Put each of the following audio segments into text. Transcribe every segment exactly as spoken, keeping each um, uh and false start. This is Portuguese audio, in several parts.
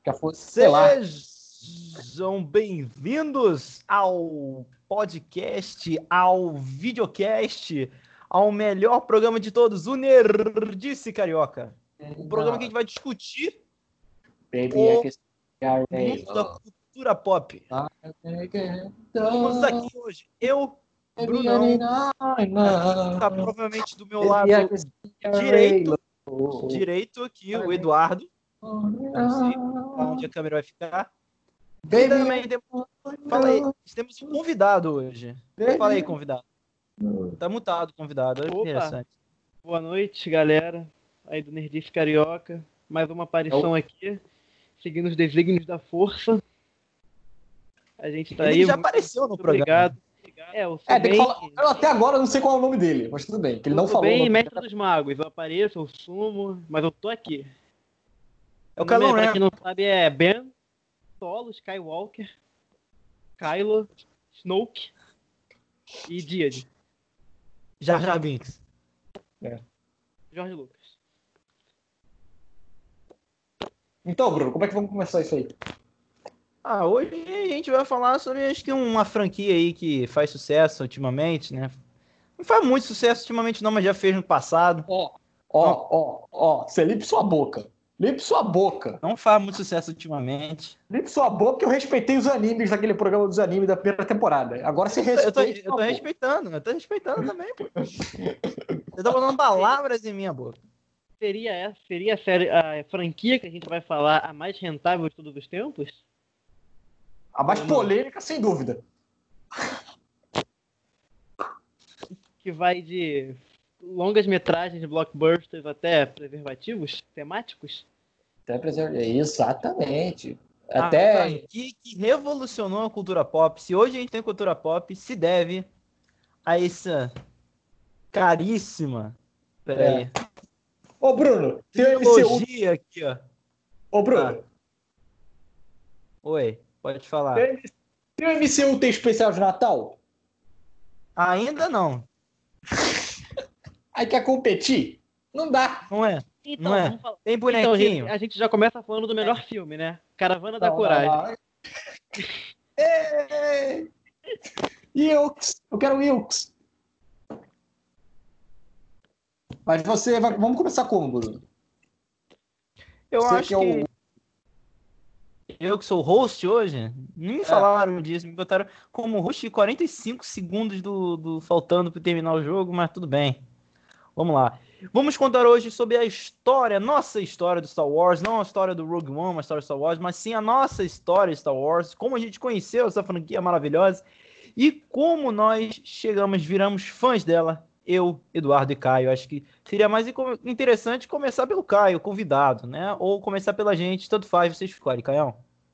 Já fosse, sei lá. Sejam bem-vindos ao podcast, ao videocast, ao melhor programa de todos, o Nerdice Carioca. O programa que a gente vai discutir Baby, o I can mundo da cultura pop. Estamos aqui hoje, eu, Brunão, tá provavelmente do meu lado direito, direito aqui, o Eduardo. Não sei onde a câmera vai ficar. E também temos, fala aí, temos um convidado hoje. Fala aí, convidado. Tá mutado, convidado. Olha que interessante. Boa noite, galera. Aí do Nerdice Carioca. Mais uma aparição aqui, seguindo os desígnios da força. A gente tá Ele aí. já apareceu no programa. Obrigado. É, eu sou É, tem bem... que falar. Eu até agora não sei qual é o nome dele, mas tudo bem, que ele eu não sou falou. bem o nome mestre dele. dos magos. Eu apareço, eu sumo, mas eu tô aqui. É o Meu nome, Calão, pra né? quem não sabe, é Ben Solo, Skywalker, Kylo, Snoke e Díade. Jar Jar Binks. Jorge Lucas. Então, Bruno, como é que vamos começar isso aí? Ah, hoje a gente vai falar sobre, acho que uma franquia aí que faz sucesso ultimamente, né? Não faz muito sucesso ultimamente não, mas já fez no passado. Ó, ó, ó, ó, você limpe sua boca. Limpe sua boca. Não faz muito sucesso ultimamente. Limpe sua boca que eu respeitei os animes daquele programa dos animes da primeira temporada. Agora você respeita. Eu tô, eu tô respeitando, eu tô respeitando também, pô. Você tá botando palavras em minha boca. Seria essa, seria a, série, a franquia que a gente vai falar a mais rentável de todos os tempos? A mais polêmica, sem dúvida. Que vai de longas metragens, blockbusters até preservativos temáticos? Até preservar. Exatamente. A Até. franquia que revolucionou a cultura pop. Se hoje a gente tem cultura pop, se deve a essa caríssima. Peraí. É. Ô, Bruno, tem o M C U. Trilogia aqui, ó. Ô, Bruno. Oi, pode falar. Tem, tem o M C U tem especial de Natal? Ainda não. Aí quer competir? Não dá. Não é? Então, Não é? vamos falar. Tem Então, bonequinho? a gente já começa falando do melhor filme, né? Caravana da Não, Coragem. não, não. Ei! Wilkes! Eu quero Wilkes! Mas você vai... Vamos começar como, Bruno? Eu Você acho que é que... o- Eu que sou o host hoje, nem me falaram disso, me botaram como host de quarenta e cinco segundos do, do faltando para terminar o jogo, mas tudo bem. Vamos lá. Vamos contar hoje sobre a história, nossa história do Star Wars, não a história do Rogue One, a história do Star Wars, mas sim a nossa história de Star Wars, como a gente conheceu essa franquia maravilhosa e como nós chegamos, viramos fãs dela, eu, Eduardo e Caio. Acho que seria mais interessante começar pelo Caio, convidado, né? Ou começar pela gente, tanto faz, vocês escolhem, Caião.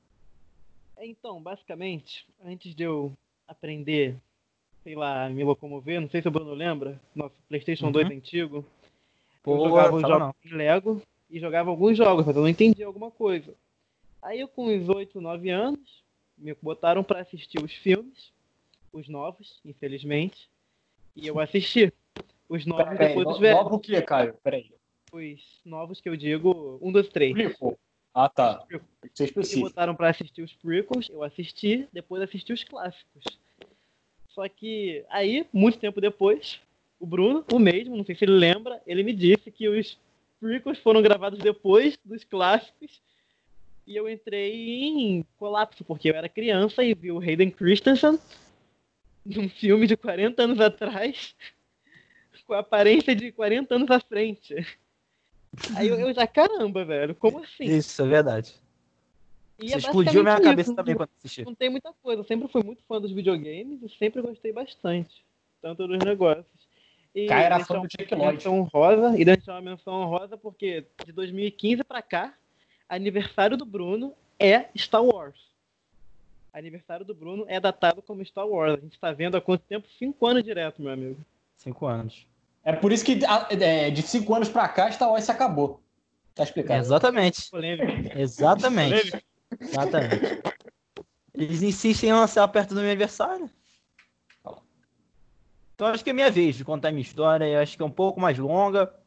Então, basicamente, antes de eu aprender, sei lá, me locomover, não sei se o Bruno lembra, nosso PlayStation Uhum. dois antigo, Pô, eu jogava os fala jogos não. em Lego e jogava alguns jogos, mas eu não entendia alguma coisa. Aí eu, com uns oito, nove anos, me botaram pra assistir os filmes, os novos, infelizmente, e eu assisti os novos Peraí, depois no- dos velhos. Novo o que, Caio? Peraí. Os novos que eu digo, um, dois, três. Prequel. Ah, tá. Tem que ser Me específico. botaram pra assistir os prequels, eu assisti, depois assisti os clássicos. Só que aí, muito tempo depois, o Bruno, o mesmo, não sei se ele lembra, ele me disse que os prequels foram gravados depois dos clássicos e eu entrei em colapso, porque eu era criança e vi o Hayden Christensen num filme de quarenta anos atrás com a aparência de quarenta anos à frente. Aí eu, eu já, caramba, velho, como assim? Isso, é verdade. E Você é explodiu a minha basicamente cabeça isso. também quando assisti. Não tem muita coisa. Eu sempre fui muito fã dos videogames e sempre gostei bastante. Tanto dos negócios. E Caio era deixar fã uma do Jack Lloyd. menção honrosa, e deixar uma menção honrosa porque de dois mil e quinze pra cá, aniversário do Bruno é Star Wars. Aniversário do Bruno é datado como Star Wars. A gente tá vendo há quanto tempo? Cinco anos direto, meu amigo. Cinco anos. É por isso que a- é, de cinco anos pra cá, Star Wars se acabou. Tá explicado. Exatamente. Polêmico. Exatamente. Exatamente. Eles insistem em lançar perto do meu aniversário. Então acho que é minha vez de contar minha história. Eu acho que é um pouco mais longa.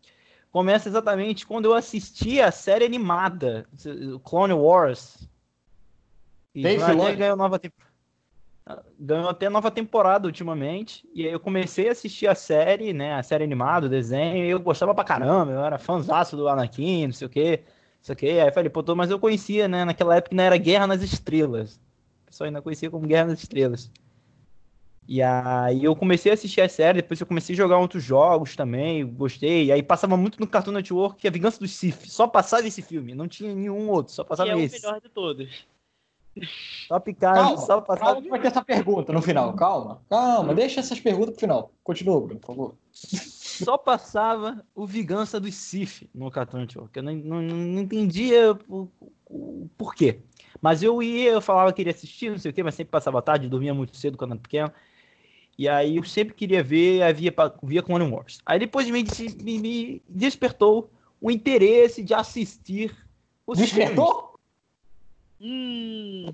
começa exatamente quando eu assisti a série animada, Clone Wars. E Dave até Filoni. ganhou nova temporada. Ganhou até nova temporada ultimamente. E aí eu comecei a assistir a série, né? A série animada, o desenho, e eu gostava pra caramba, eu era fãzaço do Anakin, não sei o quê. Não sei o quê. Aí eu falei, pô, tô, mas eu conhecia, né? Naquela época não era Guerra nas Estrelas. O pessoal ainda conhecia como Guerra nas Estrelas. E aí eu comecei a assistir a série, depois eu comecei a jogar outros jogos também, gostei. E aí passava muito no Cartoon Network, que é a Vingança dos Sith. Só passava esse filme, não tinha nenhum outro, só Que passava é o esse. melhor de todos. Só picar, Calma, só passava. calma que vai ter essa pergunta no final. Calma, calma. Deixa essas perguntas pro final. Continua, Bruno, por favor. Só passava o Vingança dos Sith no Cartoon Network. Eu não, não, não entendia o, o, o porquê. Mas eu ia, eu falava que queria assistir, não sei o quê, mas sempre passava tarde, dormia muito cedo quando era pequeno. E aí eu sempre queria ver, aí via, via Clone Wars. Aí depois me, me, me despertou o interesse de assistir os Despertou? Hum.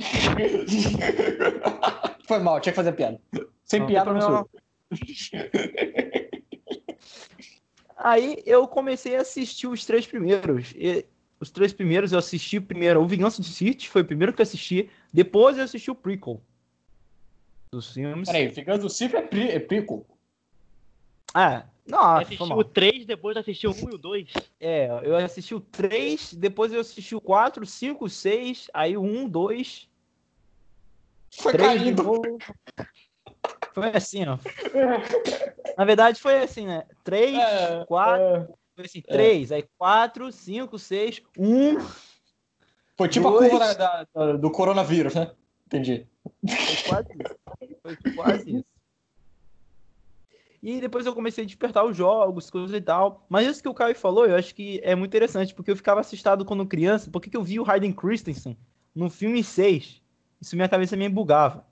Foi mal, tinha que fazer piada. Sem Não, piada não não, sou. não. Aí eu comecei a assistir os três primeiros. E os três primeiros eu assisti primeiro. O Vingança do Sith foi o primeiro que eu assisti. Depois eu assisti o prequel dos filmes. Peraí, Vingança do Sith é, pri, é prequel. Ah, não, Você assistiu o três, depois assistiu o um e o dois. É, eu assisti o três, depois eu assisti o quatro, cinco, seis, aí o um, dois, Foi três de caindo. novo. Foi assim, ó. Na verdade foi assim, né? três, É, quatro, é. foi assim, três, aí quatro, cinco, seis, um, Foi tipo dois. a curva da, da- do coronavírus, né? Entendi. Foi quase isso. Foi quase isso. E depois eu comecei a despertar os jogos, coisas e tal. Mas isso que o Caio falou, eu acho que é muito interessante, porque eu ficava assustado quando criança, porque que eu vi o Hayden Christensen no filme seis. Isso minha cabeça me bugava.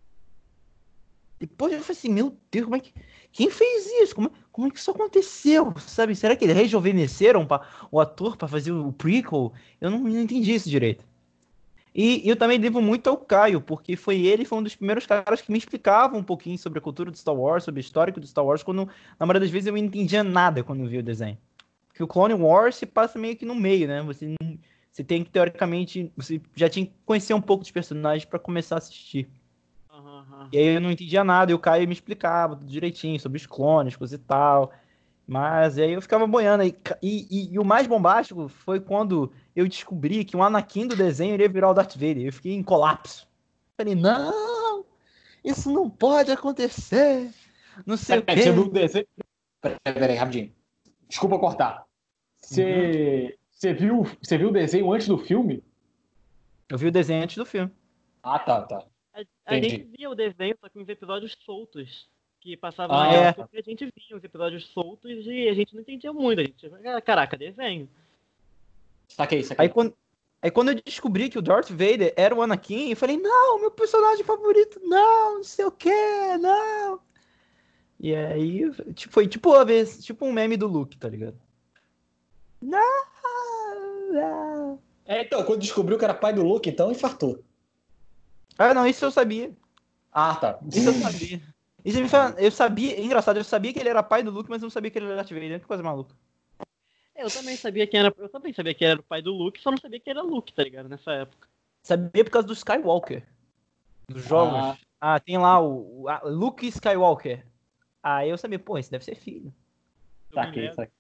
Depois eu falei assim, meu Deus, como é que... Quem fez isso? Como, como é que isso aconteceu? Sabe? Será que eles rejuvenesceram pra, o ator para fazer o prequel? Eu não, não entendi isso direito. E eu também devo muito ao Caio, porque foi ele, foi um dos primeiros caras que me explicava um pouquinho sobre a cultura do Star Wars, sobre o histórico do Star Wars, quando, na maioria das vezes, eu não entendia nada quando eu via o desenho. Porque o Clone Wars se passa meio que no meio, né? Você, não, você tem que, teoricamente, você já tinha que conhecer um pouco dos personagens para começar a assistir. Uhum, uhum. E aí eu não entendia nada, e o Caio me explicava tudo direitinho sobre os clones, coisa e tal. Mas aí eu ficava boiando. E, e, e o mais bombástico foi quando eu descobri que o Anakin do desenho iria virar o Darth Vader. Eu fiquei em colapso. Falei, não, isso não pode acontecer. Não sei Peraí, o você viu o quê. desenho? Peraí, peraí, rapidinho. Desculpa cortar. Você, você, viu, você viu o desenho antes do filme? Eu vi o desenho antes do filme. Ah, tá, tá. A, a Entendi. gente via o desenho, só com os episódios soltos. Que passavam Ah, na é. época que a gente via os episódios soltos e a gente não entendia muito. A gente, caraca, desenho. Saquei, saquei. Aí quando, aí quando eu descobri que o Darth Vader era o Anakin, eu falei, não, meu personagem favorito, não, não sei o quê, não. E aí, tipo, foi tipo uma vez, tipo um meme do Luke, tá ligado? Não, não. É, então, quando descobriu que era pai do Luke, então infartou. Ah, não, isso eu sabia. Ah, tá. Isso eu sabia. Isso me fala, eu sabia, é engraçado, eu sabia que ele era pai do Luke, mas eu não sabia que ele era Darth Vader, que coisa maluca. Eu também sabia quem era. Eu também sabia que era o pai do Luke, só não sabia que era Luke, tá ligado? Nessa época. Sabia por causa do Skywalker. Dos jogos. Ah. Ah, tem lá o, o a, Luke Skywalker. Aí eu sabia, pô, esse deve ser filho. Eu me Saquei, lembro. saquei.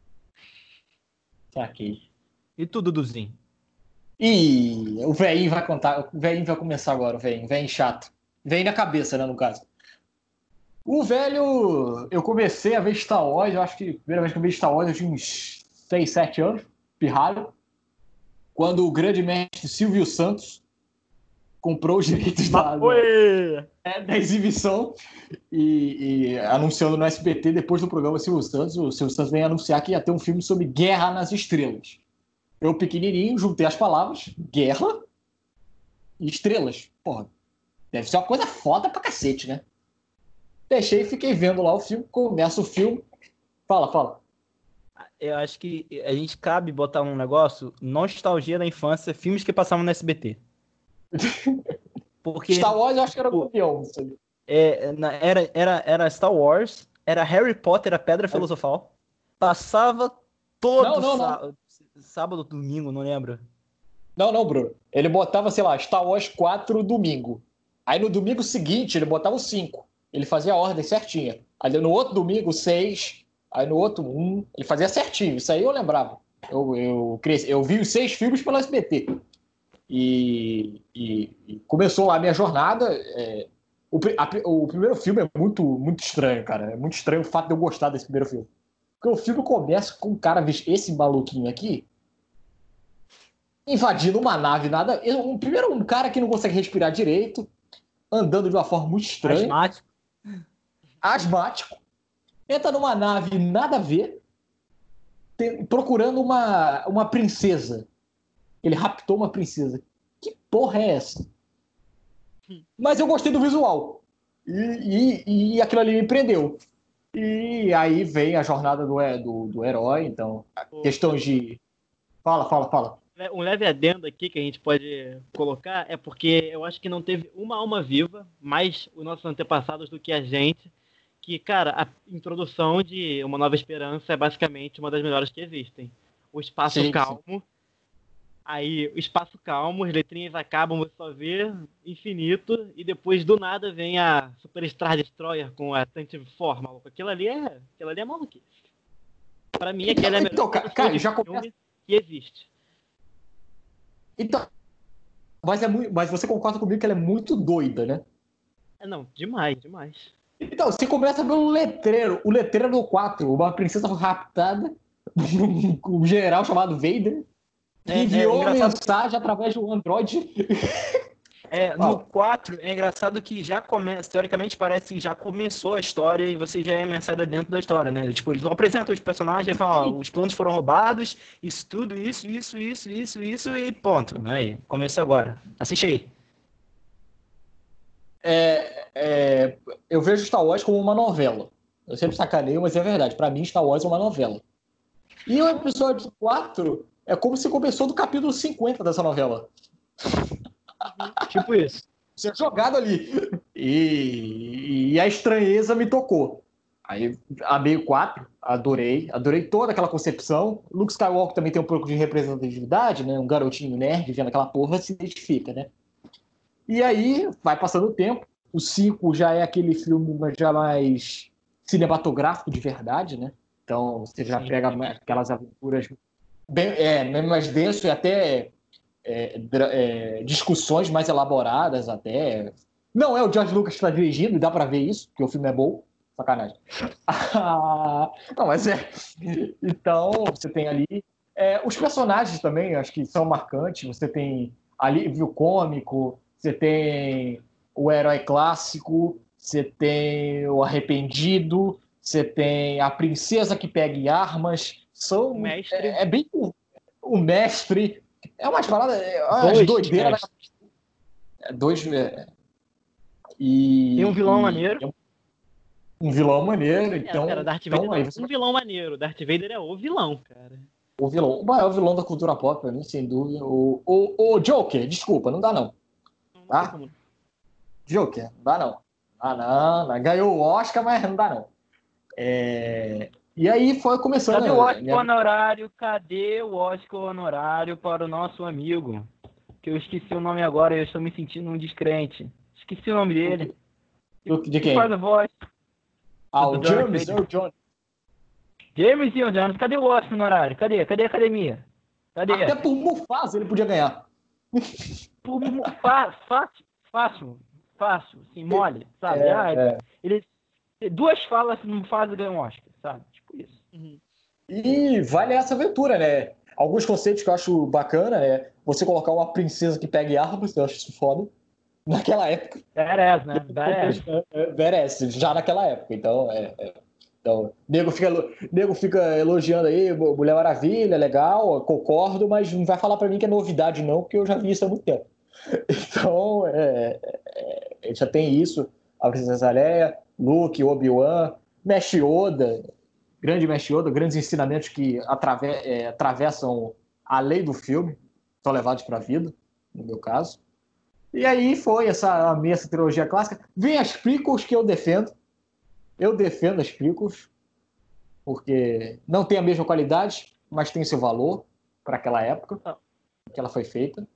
Saquei. E tu, Duduzinho? Ih, o velhinho vai contar. O velhinho vai começar agora, o velhinho. Velhinho chato. Velhinho na cabeça, né, no caso. O velho. Eu comecei a ver Star Wars, eu acho que a primeira vez que eu vi Star Wars eu tinha uns seis, sete anos, pirralho. Quando o grande mestre Silvio Santos comprou os direitos da, da, da exibição e, e anunciando no S B T depois do programa Silvio Santos. O Silvio Santos vem anunciar que ia ter um filme sobre Guerra nas Estrelas. Eu, pequenininho, juntei as palavras guerra e estrelas. Porra, deve ser uma coisa foda pra cacete, né? Deixei e fiquei vendo lá o filme. Começa o filme. Fala, fala. Eu acho que a gente cabe botar um negócio, nostalgia da infância, filmes que passavam no S B T. Porque Star Wars eu acho que era o campeão. é, na- era, era, era Star Wars, era Harry Potter, a Pedra Filosofal. Passava todo Não, não, não. sábado, sábado, domingo, não lembro. Não, não, Bruno. Ele botava, sei lá, Star Wars quatro domingo. Aí no domingo seguinte ele botava o cinco. Ele fazia a ordem certinha. Aí no outro domingo, seis. Aí no outro, um. Ele fazia certinho. Isso aí eu lembrava. Eu, eu, cresci, eu vi os seis filmes pelo S B T. E, e, e começou lá a minha jornada. É, o, a, o primeiro filme é muito, muito estranho, cara. É muito estranho o fato de eu gostar desse primeiro filme. Porque o filme começa com um cara, esse maluquinho aqui, invadindo uma nave, nada. Um, primeiro, um cara que não consegue respirar direito, andando de uma forma muito estranha. Asmático. Asmático. Entra numa nave, nada a ver, tem, procurando uma, uma princesa. Ele raptou uma princesa. Que porra é essa? Mas eu gostei do visual. E, e, e aquilo ali me prendeu. E aí vem a jornada do, do, do herói, então, questões de... Fala, fala, fala. Um leve adendo aqui que a gente pode colocar é porque eu acho que não teve uma alma viva, mais os nossos antepassados do que a gente, que, cara, a introdução de Uma Nova Esperança é basicamente uma das melhores que existem. O espaço sim, calmo, sim. Aí o espaço calmo, as letrinhas acabam, você só vê infinito, e depois do nada vem a Super Star Destroyer com a Tantive Four, maluco. Aquilo ali é, aquilo ali é maluquice. Pra mim, aquela é a melhor então, cara, já filme começa... que existe. Então, mas, é muito, mas você concorda comigo que ela é muito doida, né? É, não, demais, demais. Então, você começa pelo letreiro. O letreiro do quatro, uma princesa foi raptada, um general chamado Vader, que é, enviou é mensagem através de um Android. É, no quatro, é engraçado que já começa, teoricamente parece que já começou a história e você já é imersado dentro da história, né? Tipo, eles apresentam os personagens e falam, ó, os planos foram roubados, isso tudo, isso, isso, isso, isso, isso e ponto. Aí, começa agora. Assiste aí. É, é, eu vejo Star Wars como uma novela. Eu sempre sacaneio, mas é verdade. Pra mim, Star Wars é uma novela. E o episódio quatro é como se começou do capítulo cinquenta dessa novela. Tipo isso. Você é jogado ali. E, e a estranheza me tocou. Aí, amei o quatro, adorei. Adorei toda aquela concepção. Luke Skywalker também tem um pouco de representatividade, né? Um garotinho nerd vendo aquela porra se identifica, né? E aí, vai passando o tempo. O cinco já é aquele filme já mais cinematográfico de verdade, né? Então, você já Sim. pega aquelas aventuras bem, é, mais denso e até é, é, discussões mais elaboradas até. Não é o George Lucas que está dirigindo, e dá para ver isso, porque o filme é bom. Sacanagem. Não, mas é. Então, você tem ali... É, os personagens também, acho que são marcantes. Você tem alívio cômico, você tem o herói clássico, você tem o arrependido, você tem a princesa que pega em armas. São, o mestre. É, é bem... O mestre... É umas paradas... É umas doideiras... É, dois... É, e, tem um vilão e, maneiro. Um vilão maneiro, então... É, cara, Darth então, Vader aí é você... um vilão maneiro. Darth Vader é o vilão, cara. O vilão, o maior vilão da cultura pop, pra mim, sem dúvida. O, o, o Joker, desculpa, não dá não. Tá? Joker, não dá não. Ah, não, não. Ganhou o Oscar, mas não dá não. É... E aí foi começando... Cadê o Oscar minha... honorário? Cadê o Oscar honorário para o nosso amigo? Que eu esqueci o nome agora e eu estou me sentindo um descrente. Esqueci o nome dele. De quem? Que faz a voz? Ah, o James Earl Jones. James Earl Jones. Cadê o Oscar honorário? Cadê? Cadê a academia? Cadê? Até por Mufasa ele podia ganhar. Por Mufasa, fácil, fácil, fácil, assim, mole, sabe? É, ah, é. Ele, duas falas no Mufasa ganha um Oscar, sabe? Tipo isso. Uhum. E vale essa aventura, né? Alguns conceitos que eu acho bacana é você colocar uma princesa que pega armas, eu acho isso foda. Naquela época. Badass, né? Badass. Badass, já naquela época. Então, é, é. Então, nego fica, nego fica elogiando aí, Mulher Maravilha, legal, concordo, mas não vai falar pra mim que é novidade, não, porque eu já vi isso há muito tempo. Então, é, é, já tem isso, a Princesa Leia, Luke, Obi-Wan, Mestre Yoda, grande Mestre Yoda, grandes ensinamentos que atrave, é, atravessam a lei do filme, são levados pra vida, no meu caso. E aí foi essa, a minha essa trilogia clássica. Vem as prequels que eu defendo. Eu defendo as prequels. porque não tem a mesma qualidade, mas tem seu valor para aquela época Ah. que ela foi feita.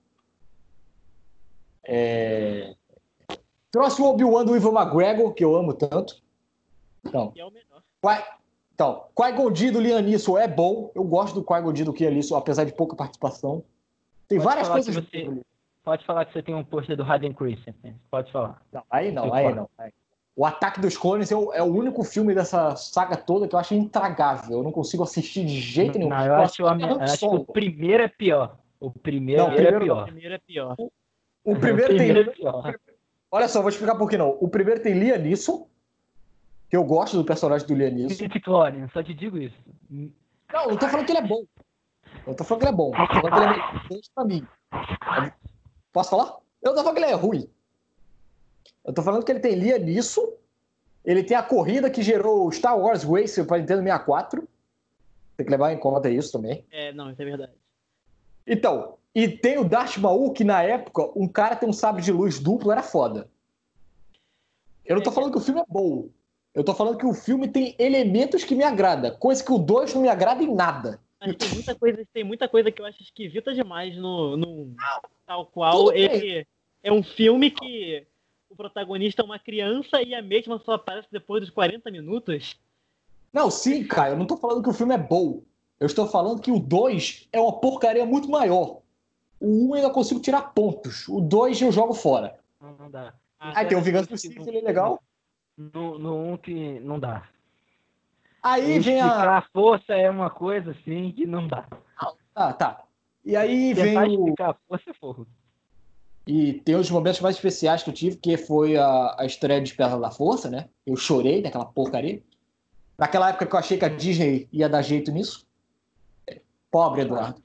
É... Trouxe o Obi-Wan do Ivan McGregor, que eu amo tanto. Então, Que é o melhor. Qui... então Qui-Gon Jinn do Liam Neeson é bom. Eu gosto do Qui-Gon Jinn do Liam Neeson, apesar de pouca participação. Tem Pode várias falar coisas... que você- Pode falar que você tem um pôster do Hayden Christensen. Pode falar. Não, aí não, aí não. Aí. O Ataque dos Clones é o, é o único filme dessa saga toda que eu acho intragável. Eu não consigo assistir de jeito nenhum. Não, eu acho, a, acho, eu acho que o primeiro é pior. O primeiro, Não, o é primeiro pior. O primeiro é pior. O primeiro o tem... primeiro é pior. Olha só, vou te explicar por que não. O primeiro tem Liam Neeson, que eu gosto do personagem do Liam Neeson. Clone, só te digo isso. Não, não tô falando que ele é bom. Eu tô falando que ele é bom. Eu tô falando que ele é importante pra mim. Posso falar? Eu não tô falando que ele é ruim. Eu tô falando que ele tem Liam Neeson, ele tem a corrida que gerou Star Wars Racer para Nintendo sessenta e quatro. Tem que levar em conta isso também. É, não, isso é verdade. Então, e tem o Darth Maul, que na época, um cara ter um sabre de luz duplo era foda. Eu não tô falando que o filme é bom. Eu tô falando que o filme tem elementos que me agradam, coisa que o dois não me agrada em nada. Mas tem muita coisa, tem muita coisa que eu acho esquisita demais no, no tal qual Tudo bem. ele é um filme que o protagonista é uma criança e a mesma só aparece depois dos quarenta minutos. Não, sim, cara, eu não tô falando que o filme é bom. Eu estou falando que o dois é uma porcaria muito maior. O um eu ainda consigo tirar pontos. O dois eu jogo fora. Não, não dá. Aí tem o Vingança do Sith, ele é legal. No, no um que não dá. Aí vem a... Explicar a força é uma coisa assim que não dá. Ah, tá. E aí vem Tentar o... explicar a força é fogo. E tem os momentos mais especiais que eu tive, que foi a, a estreia de Despertar da Força, né? Eu chorei daquela porcaria. Naquela época que eu achei que a Disney ia dar jeito nisso. Pobre Eduardo.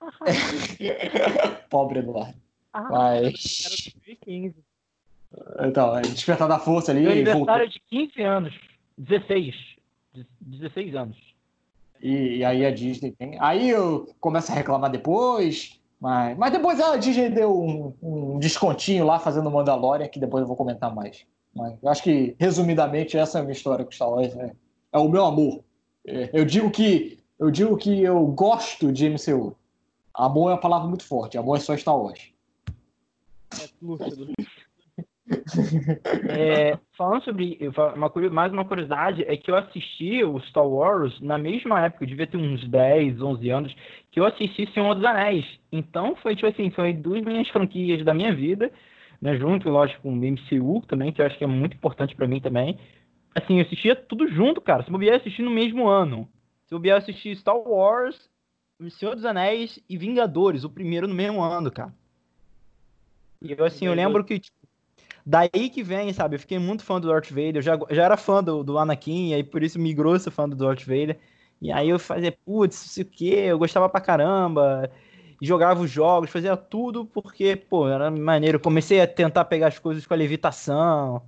Pobre Eduardo. Era Mas... dois mil e quinze. Então, é Despertar da Força ali... Meu voltou. aniversário é de quinze anos. dezesseis. dezesseis anos. E, e aí a Disney tem... Aí eu começo a reclamar depois... Mas, mas depois a Disney deu um, um descontinho lá fazendo Mandalorian, que depois eu vou comentar mais. Mas eu acho que, resumidamente, essa é a minha história com Star Wars. É, é o meu amor. É, eu, digo que, eu digo que eu gosto de M C U. Amor é uma palavra muito forte. Amor é só Star Wars. É lúcido. É, falando sobre uma, mais uma curiosidade, é que eu assisti o Star Wars na mesma época, eu devia ter uns dez, onze anos, que eu assisti Senhor dos Anéis. Então foi tipo assim, foi duas minhas franquias da minha vida, né, junto, lógico, com o M C U também, que eu acho que é muito importante pra mim também. Assim, eu assistia tudo junto, cara. Se bobear, eu assisti no mesmo ano. Se bobear, eu assisti Star Wars, Senhor dos Anéis e Vingadores, o primeiro no mesmo ano, cara. E eu, assim, eu lembro que, tipo, daí que vem, sabe? Eu fiquei muito fã do Darth Vader. Eu já, já era fã do, do Anakin, e aí por isso migrou ser fã do Darth Vader. E aí eu fazia, putz, não sei o quê, eu gostava pra caramba. Jogava os jogos, fazia tudo porque, pô, era maneiro. Eu comecei a tentar pegar as coisas com a levitação.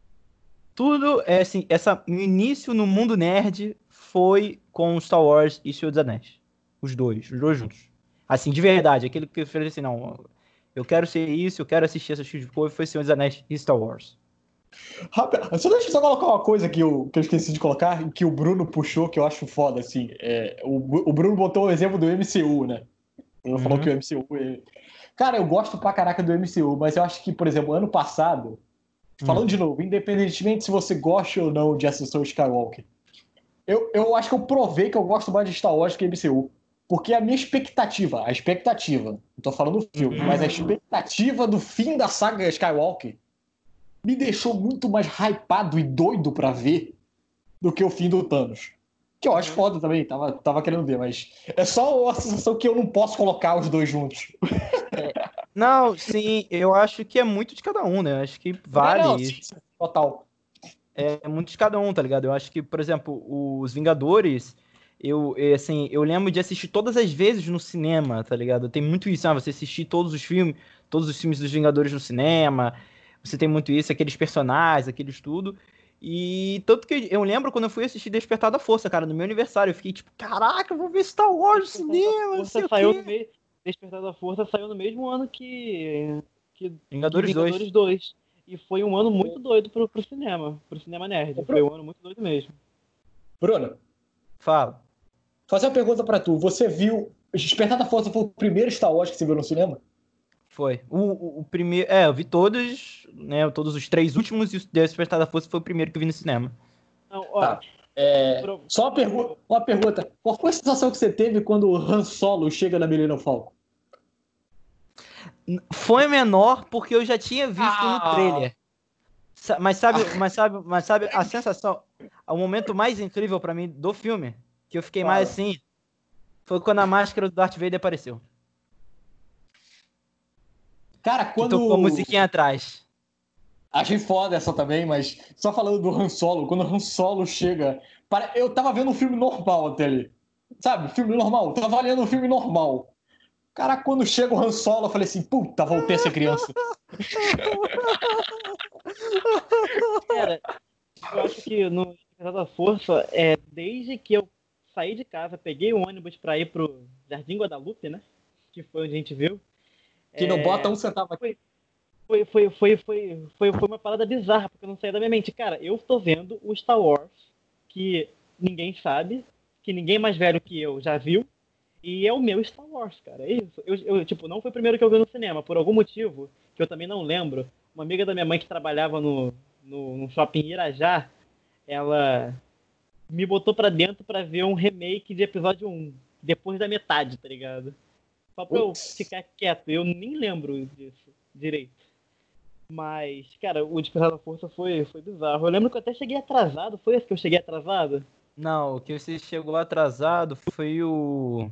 Tudo, é assim, essa, o início no mundo nerd foi com Star Wars e Senhor dos Anéis. Os dois, os dois juntos. Assim, de verdade, aquele que eu falei assim, não, eu quero ser isso, eu quero assistir essa tipo de coisa, foi Senhor dos Anéis e Star Wars. Rápido, só deixa eu só colocar uma coisa que eu, que eu esqueci de colocar, que o Bruno puxou, que eu acho foda, assim. É, o, o Bruno botou o exemplo do M C U, né? Ele Uhum. falou que o M C U... É... Cara, eu gosto pra caraca do M C U, mas eu acho que, por exemplo, ano passado, falando Hum. de novo, independentemente se você gosta ou não de Ascensão Skywalker, eu, eu acho que eu provei que eu gosto mais de Star Wars que M C U. Porque a minha expectativa, a expectativa, não tô falando do filme, Uhum. mas a expectativa do fim da saga Skywalker me deixou muito mais hypado e doido pra ver do que o fim do Thanos. Que eu acho foda também, tava, tava querendo ver, mas é só a sensação que eu não posso colocar os dois juntos. Não, sim, eu acho que é muito de cada um, né? Eu acho que vale É, não, isso. sim, sim, total. É muito de cada um, tá ligado? Eu acho que, por exemplo, os Vingadores, eu, é, assim, eu lembro de assistir todas as vezes no cinema, tá ligado? Tem muito isso, ah, você assistir todos os filmes, todos os filmes dos Vingadores no cinema, você tem muito isso, aqueles personagens, aqueles tudo. E tanto que eu lembro quando eu fui assistir Despertar da Força, cara, no meu aniversário, eu fiquei tipo, caraca, eu vou ver Star Wars no cinema, não sei Força o saiu quê. no meio, Despertar da Força saiu no mesmo ano que, que Vingadores que Vingadores dois. E foi um ano muito doido pro, pro cinema, pro cinema nerd. Foi um ano muito doido mesmo. Bruno, Fala. Vou fazer uma pergunta pra tu. Você viu... Despertar da Força foi o primeiro Star Wars que você viu no cinema? Foi. O, o, o primeiro. É, eu vi todos, né? Todos os três últimos e o Despertar da Força foi o primeiro que eu vi no cinema. Não, ó, Tá. É, pro- Só uma, pergu... uma pergunta. Qual foi a sensação que você teve quando o Han Solo chega na Millennium Falcon? Foi menor porque eu já tinha visto no Ah! trailer. Sa- Mas sabe, mas sabe, mas sabe a sensação, o momento mais incrível pra mim do filme, que eu fiquei mais Fala. assim, foi quando a máscara do Darth Vader apareceu. Cara, Que tocou a quando... musiquinha atrás. Achei foda essa também, mas só falando do Han Solo, quando o Han Solo chega... para- Eu tava vendo um filme normal até ali. Sabe? Filme normal. Tava olhando um filme normal. Cara, quando chega o Han Solo, eu falei assim, puta, voltei a ser criança. cara, eu acho que no Despertar da Força, é, desde que eu saí de casa, peguei o ônibus pra ir pro Jardim Guadalupe, né? Que foi onde a gente viu. Que não É, bota um centavo aqui. Foi, foi, foi, foi, foi, foi uma parada bizarra, porque não saía da minha mente. Cara, eu tô vendo o Star Wars, que ninguém sabe, que ninguém mais velho que eu já viu, e é o meu Star Wars, cara. É isso. Eu, eu, tipo, não foi o primeiro que eu vi no cinema, por algum motivo, que eu também não lembro. Uma amiga da minha mãe que trabalhava no, no, no shopping Irajá, ela me botou pra dentro pra ver um remake de episódio um, depois da metade, tá ligado? Só pra eu Putz. ficar quieto, eu nem lembro disso direito. Mas, cara, o Despertar da Força foi, foi bizarro. Eu lembro que eu até cheguei atrasado. Foi esse que eu cheguei atrasado? Não, o que você chegou atrasado foi o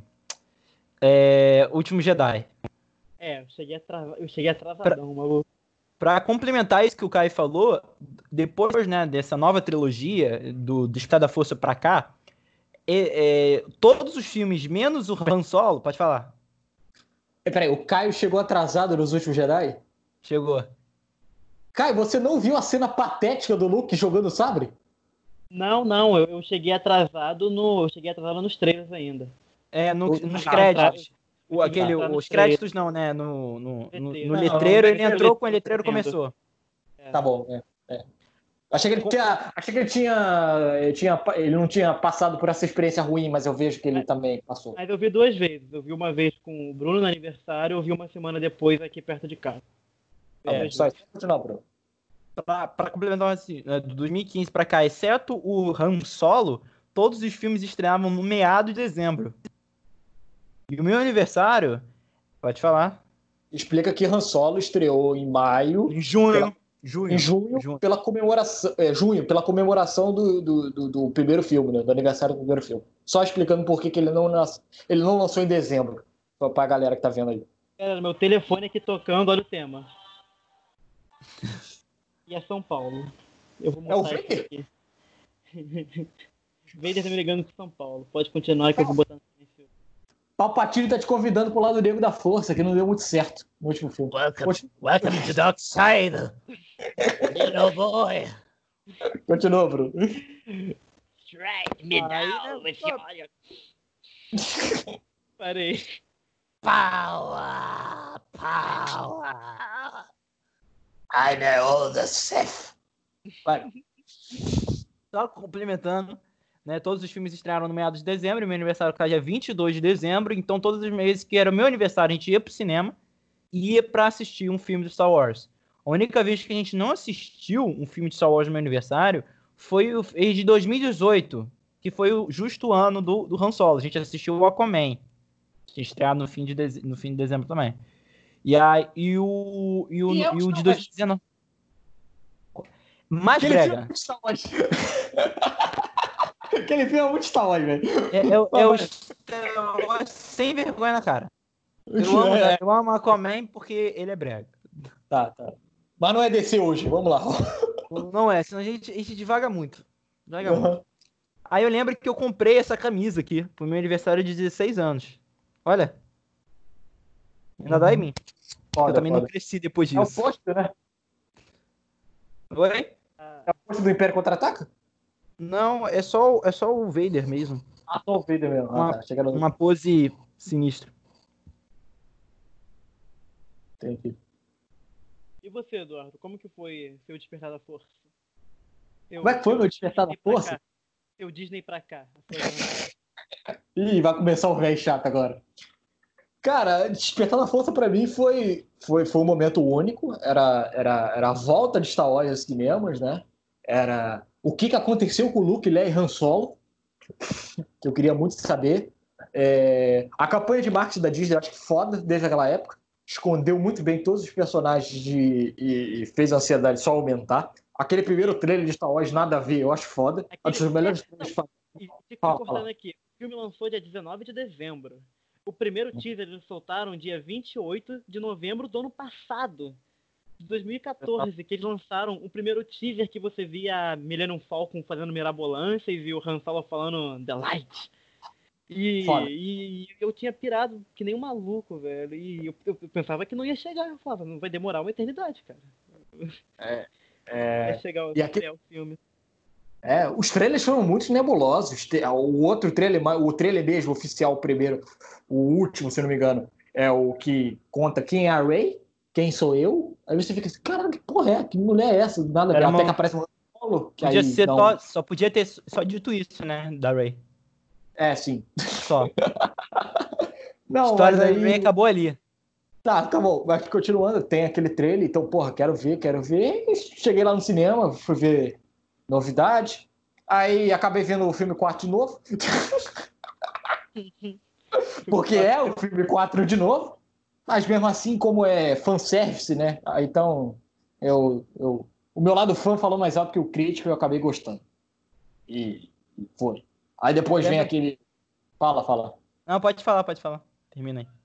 é, Último Jedi. É, eu cheguei, atrasa... eu cheguei atrasadão, maluco. Pra complementar isso que o Kai falou, depois, né, dessa nova trilogia do Despertar da Força pra cá, é, é, todos os filmes, menos o Han Solo, pode falar, É, Peraí, o Caio chegou atrasado nos últimos Jedi? chegou. Caio, você não viu a cena patética do Luke jogando sabre? Não, não, eu, eu cheguei atrasado no. Eu cheguei atrasado nos trailers ainda. É, no- O- nos Eu cheguei créditos. eu O, cheguei aquele, atrasado nos os trailers. créditos não, né? No, no, no, no Letreiro. letreiro, Não, ele é, entrou, com o letreiro letreiro dizendo. começou. É. Tá bom, é. é. Achei que ele tinha, achei que ele tinha, ele tinha, ele não tinha passado por essa experiência ruim, mas eu vejo que ele Mas, também passou. mas eu vi duas vezes. Eu vi uma vez com o Bruno no aniversário, eu vi uma semana depois aqui perto de casa. Vi É, duas só vezes. isso. Continua, Bruno. Pra, pra complementar assim, né, do dois mil e quinze pra cá, exceto o Han Solo, todos os filmes estreavam no meado de dezembro. E o meu aniversário, pode falar, Explica que Han Solo estreou em maio, em junho. pela- Junho. em junho, junho. pela comemoração, é, junho, pela comemoração do, do, do, do primeiro filme, né, do aniversário do primeiro filme. Só explicando por que que ele não, nas- ele não lançou em dezembro, só pra galera que tá vendo aí. Cara, meu telefone aqui tocando, olha o tema. E é São Paulo. Eu vou É o montar isso Vader? aqui. Vader tá me ligando com São Paulo. Pode continuar que eu vou botar no silêncio. Palpatine tá te convidando pro lado negro da força, que não deu muito certo no último filme. Welcome, welcome to Dark Side, little boy. Continua, Bruno. Strike me down with your... Parei. Power, power. I know the Sith. Vai. Só complementando, né? Todos os filmes estrearam no meados de dezembro. Meu aniversário cai dia vinte e dois de dezembro. Então, todos os meses que era meu aniversário, a gente ia pro cinema e ia pra assistir um filme de Star Wars. A única vez que a gente não assistiu um filme de Star Wars no meu aniversário foi o de dois mil e dezoito, que foi o justo ano do, do Han Solo. A gente assistiu o Aquaman, que estreado no fim de, deze... no fim de dezembro também. E, aí, e o, e o, E é e o o de Star dois mil e dezenove. Mais Aquele filme é brega. muito Star Wars. Aquele filme é muito Star Wars, velho. É, é, o- é o Star Wars sem vergonha na cara. Eu amo, É. eu amo Aquaman porque ele é brega. Tá, tá. Mas não é D C hoje, vamos lá. Não é, senão a gente, a gente divaga muito. Divaga muito. Uhum. Aí eu lembro que eu comprei essa camisa aqui pro meu aniversário de dezesseis anos. Olha. Ainda dá em mim. Foda, Eu também não foda. cresci depois É o disso. posto, né? Oi? É o posto do Império Contra-Ataca? Não, é só, o- é só o Vader mesmo. Ah, só o Vader mesmo. Ah, Uma, tá. Chega no... uma pose sinistra. Entendi. E você, Eduardo? Como que foi seu Despertar da Força? Seu- Como é que foi seu- meu Despertar da pra Força? cá. seu Disney pra cá. Ih, vai começar o velho chato agora. Cara, Despertar da Força pra mim foi, foi, foi um momento único. Era, era, era a volta de Star Wars aos cinemas, né? Era o que, que aconteceu com o Luke, Leia e Han Solo, que eu queria muito saber. É, a campanha de marketing da Disney, eu acho que foda desde aquela época. Escondeu muito bem todos os personagens de, e, e fez a ansiedade só aumentar. Aquele primeiro trailer de Star Wars, nada a ver, eu acho foda. Aquele... Um dos melhores é, trailers. não, e fica cortando aqui. O filme lançou dia dezenove de dezembro. O primeiro teaser eles soltaram dia vinte e oito de novembro do ano passado, de dois mil e quatorze, que eles lançaram o primeiro teaser que você via a Millennium Falcon fazendo mirabolância e viu o Han Solo falando The Light. E, e eu tinha pirado que nem um maluco, velho. E eu, eu pensava que não ia chegar. Eu falava, não vai demorar uma eternidade, cara. É, é... Vai chegar o, e aqui... o filme. É, os trailers foram muito nebulosos. O outro trailer, o trailer mesmo, oficial, o primeiro, o último, se não me engano, é o que conta quem é a Rey, quem sou eu. Aí você fica assim, caralho, que porra é? Que mulher é essa? Nada a ver. Até que aparece um Solo. Que podia aí, ser não... só, só podia ter só dito isso, né, da Rey. É, sim. Só. Não, a história mas aí... da Rey acabou ali. Tá, tá bom. Mas continuando, tem aquele trailer, então, porra, quero ver, quero ver. E cheguei lá no cinema, fui ver novidade. Aí acabei vendo o filme quatro de novo. Porque é o filme quatro de novo. Mas mesmo assim, como é fanservice, né? Aí, então, eu, eu, o meu lado fã falou mais alto que o crítico e eu acabei gostando. E, e foi. Aí depois vem aquele... Fala, fala. Não, pode falar, pode falar. Termina aí.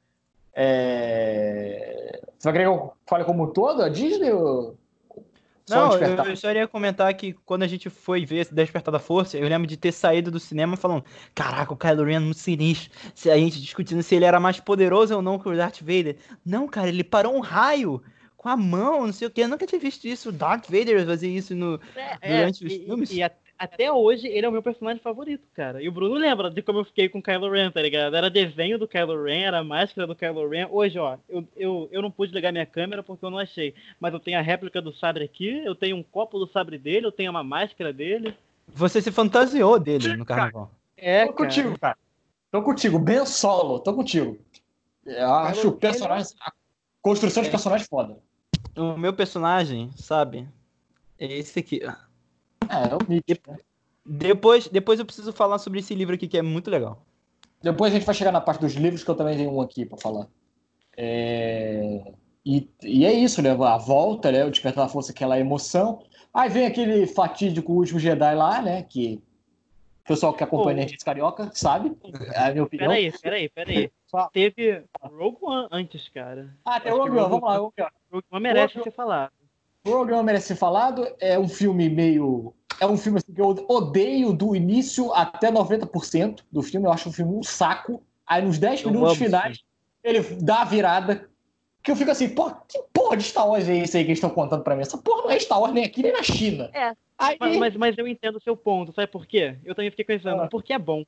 É... Você vai querer que eu fale como um todo a Disney ou... Não, eu, eu só iria comentar que quando a gente foi ver esse Despertar da Força, eu lembro de ter saído do cinema falando, caraca, o Kylo Ren é muito sinistro. Se a gente discutindo se ele era mais poderoso ou não que o Darth Vader. Não, cara, ele parou um raio com a mão, não sei o que. Eu nunca tinha visto isso. O Darth Vader fazer isso no, é, durante é, os e, filmes. E, e até hoje ele é o meu personagem favorito, cara. E o Bruno lembra de como eu fiquei com o Kylo Ren, tá ligado? Era desenho do Kylo Ren, era máscara do Kylo Ren. Hoje, ó, eu, eu, eu não pude ligar minha câmera porque eu não achei. Mas eu tenho a réplica do sabre aqui, eu tenho um copo do sabre dele, eu tenho uma máscara dele. Você se fantasiou dele no carnaval. É, Tô contigo, cara. Tô contigo. Ben Solo, tô contigo. Eu acho o personagem... A construção de personagem foda. O meu personagem, sabe, é esse aqui. É, é o Mickey, né? Depois, depois eu preciso falar sobre esse livro aqui, que é muito legal. Depois a gente vai chegar na parte dos livros, que eu também tenho um aqui pra falar. É... E, e é isso, né? A volta, né? O Despertar da Força, aquela emoção. Aí vem aquele fatídico Último Jedi lá, né? Que o pessoal que acompanha a Energia Carioca sabe. É a minha opinião. Peraí, peraí, peraí. Teve Rogue One antes, cara. Ah, tem Rogue One, vamos lá. Rogue One, Rogue One merece Rogue... ser falado. Rogue One merece ser falado. É um filme meio... É um filme assim, que eu odeio do início até noventa por cento do filme. Eu acho o filme um saco. Aí nos dez minutos finais, ele dá a virada. Que eu fico assim, pô, que porra de Star Wars é esse aí que eles estão contando pra mim? Essa porra não é Star Wars nem aqui, nem na China. É, aí... mas, mas, mas eu entendo o seu ponto. Sabe por quê? Eu também fiquei pensando, ah. porque é bom.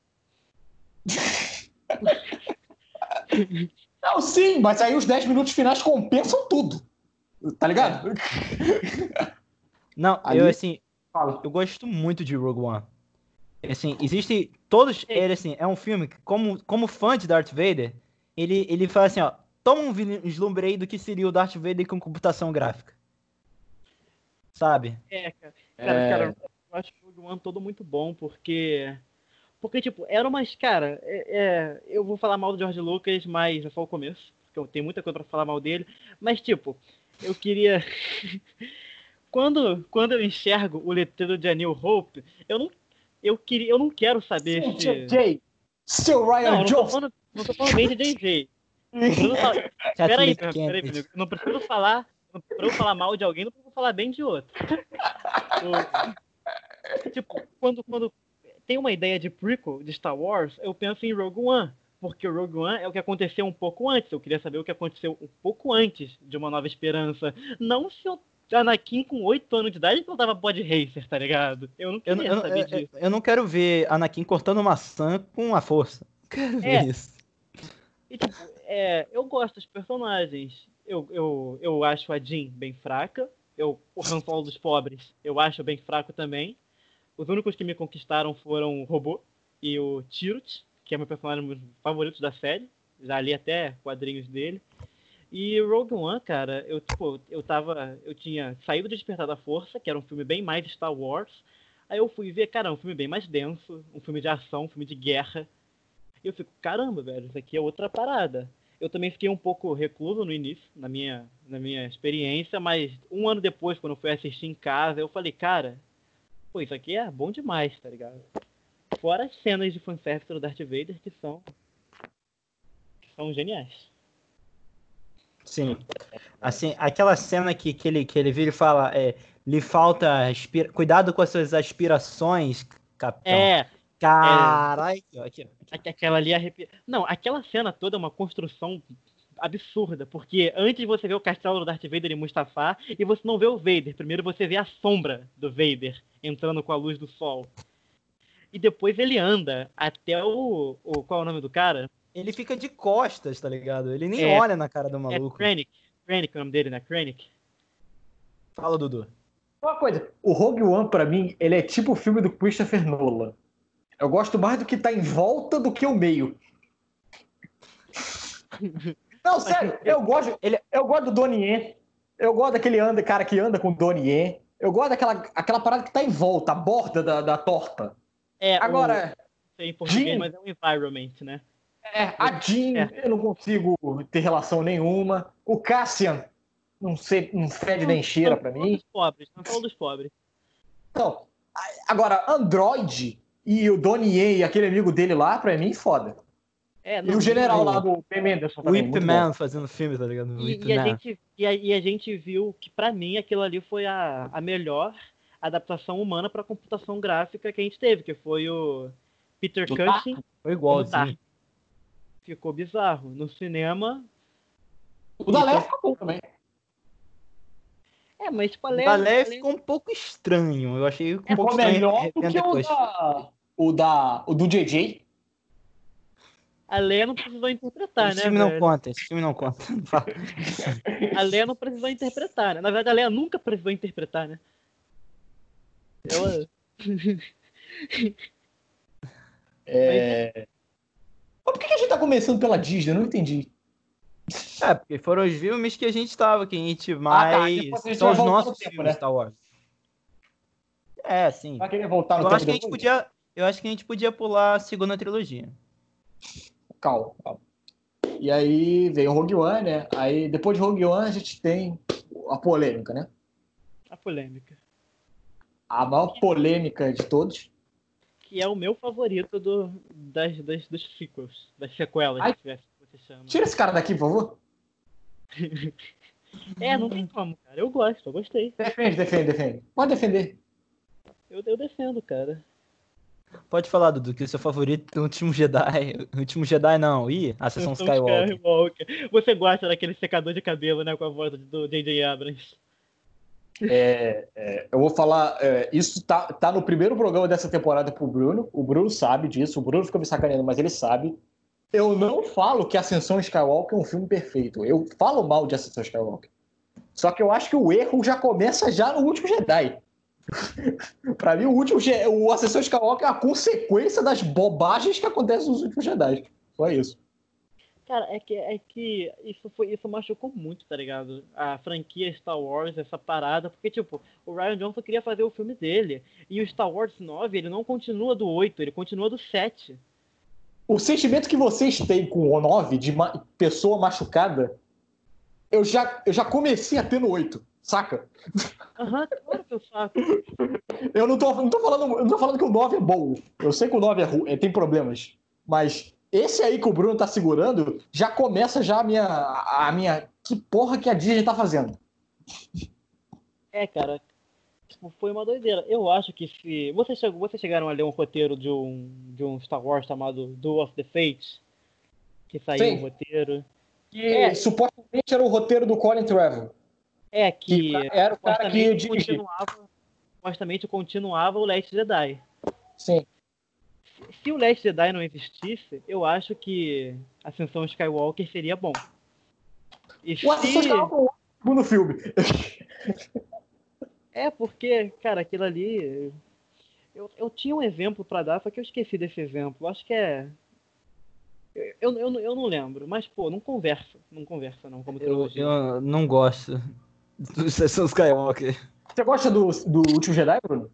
Não, sim, mas aí os dez minutos finais compensam tudo. Tá ligado? É. Não, Ali... eu assim... Fala. Eu gosto muito de Rogue One. Assim, existe todos, ele assim, é um filme que como como fã de Darth Vader, ele ele fala assim, ó, toma um vislumbre aí do que seria o Darth Vader com computação gráfica. Sabe? É, cara. Cara, é... cara eu acho o Rogue One todo muito bom porque porque tipo, era umas, cara, é, é, eu vou falar mal do George Lucas, mas é só o começo, porque eu tenho muita coisa pra falar mal dele, mas tipo, eu queria Quando, quando eu enxergo o letreiro de A New Hope, eu não, eu queria, eu não quero saber Sim, se... J J. Seu Ryan Johnson. Não, não tô falando, não tô falando bem de J J. Peraí, peraí, peraí. Não preciso falar... Pra eu falar mal de alguém, não preciso falar bem de outro. Eu, tipo, quando, quando tem uma ideia de prequel de Star Wars, eu penso em Rogue One. Porque o Rogue One é o que aconteceu um pouco antes. Eu queria saber o que aconteceu um pouco antes de Uma Nova Esperança. Não se eu Anakin com oito anos de idade que não tava pod racer, tá ligado? Eu não queria eu, saber eu, disso. Eu, eu não quero ver Anakin cortando maçã com a força. Quero ver é. isso. E, tipo, é, eu gosto dos personagens. Eu, eu, eu acho a Jean bem fraca. Eu, o Han Solo dos pobres, eu acho bem fraco também. Os únicos que me conquistaram foram o Robô e o Chirrut, que é meu personagem favorito da série. Já li até quadrinhos dele. E Rogue One, cara, eu, tipo, eu tava. Eu tinha saído de Despertar da Força, que era um filme bem mais Star Wars. Aí eu fui ver, cara, um filme bem mais denso, um filme de ação, um filme de guerra. E eu fico, caramba, velho, isso aqui é outra parada. Eu também fiquei um pouco recluso no início, na minha, na minha experiência, mas um ano depois, quando eu fui assistir em casa, eu falei, cara, pô, isso aqui é bom demais, tá ligado? Fora as cenas de fanservice do Darth Vader, que são, que são geniais. Sim. Assim, aquela cena que, que, ele, que ele vira e fala, é, lhe falta aspira... cuidado com as suas aspirações, capitão. É, Caralho, aqui, ó, aqui, ó. Aqu- Aquela ali arrepia. Não, aquela cena toda é uma construção absurda, porque antes você vê o castelo do Darth Vader em Mustafar e você não vê o Vader. Primeiro você vê a sombra do Vader entrando com a luz do sol. E depois ele anda até o. o qual é o nome do cara? Ele fica de costas, tá ligado? Ele nem É, olha na cara do É maluco. Krennic. Krennic é o nome dele, né? Krennic. Fala, Dudu. Uma coisa, o Rogue One, pra mim, ele é tipo o filme do Christopher Nolan. Eu gosto mais do que tá em volta do que o meio. Não, sério, eu gosto, ele, eu gosto do Donnie Yen. Eu gosto daquele anda, cara que anda com o Donnie Yen. Eu gosto daquela aquela parada que tá em volta, a borda da, da torta. É, Agora, o... sei em português, Jean, mas é um environment, né? é, a Jean, É. eu não consigo ter relação nenhuma. O Cassian, não sei, não fede nem cheira pra mim. Dos pobres, não fala dos pobres. Então, agora, Android e o Donnie Yen e aquele amigo dele lá, pra mim, foda. É, E não, o general o- lá do P. Mendelsohn O também, Ip muito Man bom. fazendo filme, tá ligado? O E, Ip e a Man. gente, e, a, e a gente viu que, pra mim, aquilo ali foi a, a melhor adaptação humana pra computação gráfica que a gente teve, que foi o Peter Do Cushing Foi como Darth. igualzinho. Ficou bizarro. No cinema... O da Isso. Lé ficou bom também. É, mas tipo, a O Leia... da Leia a Leia- ficou um pouco estranho. Eu achei um É, pouco Ficou estranho melhor do revendo que o depois. da, o da. O do J J. a Leia não precisou interpretar, Esse né, filme não velho? conta, esse filme não conta. Fala. A Leia não precisou interpretar, né? Na verdade, a Leia nunca precisou interpretar, né? Ela... É... Mas por que a gente tá começando pela Disney? Eu não entendi. É, porque foram os filmes que a gente tava, que a gente Ah, tá. mais. Depois a gente São vai os voltar no nossos tempo, filmes né? Star Wars. É, sim. Vai querer voltar no Eu tempo acho que a gente depois? podia. Eu acho que a gente podia pular a segunda trilogia. Calma, calma. E aí vem o Rogue One, né? Aí depois de Rogue One a gente tem a polêmica, né? A polêmica. A maior polêmica de todos. Que é o meu favorito do, das, das, dos sequels, das sequelas, Ai. se tivesse que você chama. Tira esse cara daqui, por favor. É, não tem como, cara. Eu gosto, eu gostei. Defende, defende, defende. Pode defender. Eu, eu defendo, cara. Pode falar, Dudu, que o seu favorito é o Último Jedi. O Último Jedi não. Ih, a Sessão Ascensão Skywalker. Skywalker. Você gosta daquele secador de cabelo, né, com a voz do J J Abrams. É, é, eu vou falar. É, isso tá, tá no primeiro programa dessa temporada pro Bruno. O Bruno sabe disso. O Bruno fica me sacaneando, mas ele sabe. Eu não falo que Ascensão Skywalker é um filme perfeito. Eu falo mal de Ascensão Skywalker. Só que eu acho que o erro já começa já no Último Jedi. Pra mim, o último o Ascensão Skywalker é a consequência das bobagens que acontecem nos últimos Jedi. Só isso. Cara, é que, é que isso, foi, isso machucou muito, tá ligado? A franquia Star Wars, essa parada, porque, tipo, o Rian Johnson queria fazer o filme dele, e o Star Wars nove, ele não continua do oito, ele continua do sete. O sentimento que vocês têm com o nove, de ma- pessoa machucada, eu já, eu já comecei a ter no oito, saca? Aham, claro que eu saco. Eu não tô, não tô falando, eu não tô falando que o nove é bom. Eu sei que o nove é ru- é, tem problemas. Mas esse aí que o Bruno tá segurando, já começa já a minha. A minha. Que porra que a Disney tá fazendo? É, cara, tipo, foi uma doideira. Eu acho que se. Vocês, chegou, vocês chegaram a ler um roteiro de um, de um Star Wars chamado Duel of the Fates? Que saiu Sim. um roteiro. Que É. supostamente era o roteiro do Colin Trevorrow. É, que, Que era o cara que supostamente dirigia. continuava, supostamente continuava o Last Jedi. Sim. Se o Last Jedi não existisse, eu acho que Ascensão Skywalker seria bom. E O Ascensão se... Skywalker é o segundo filme. É, porque, cara, aquilo ali... Eu, eu tinha um exemplo pra dar, só que eu esqueci desse exemplo. Acho que é... Eu, eu, eu, eu não lembro, mas, pô, não conversa. Não conversa, não, como Eu, trilogia. eu não gosto do Sucessão Skywalker. Você gosta do, do Último Jedi, Bruno?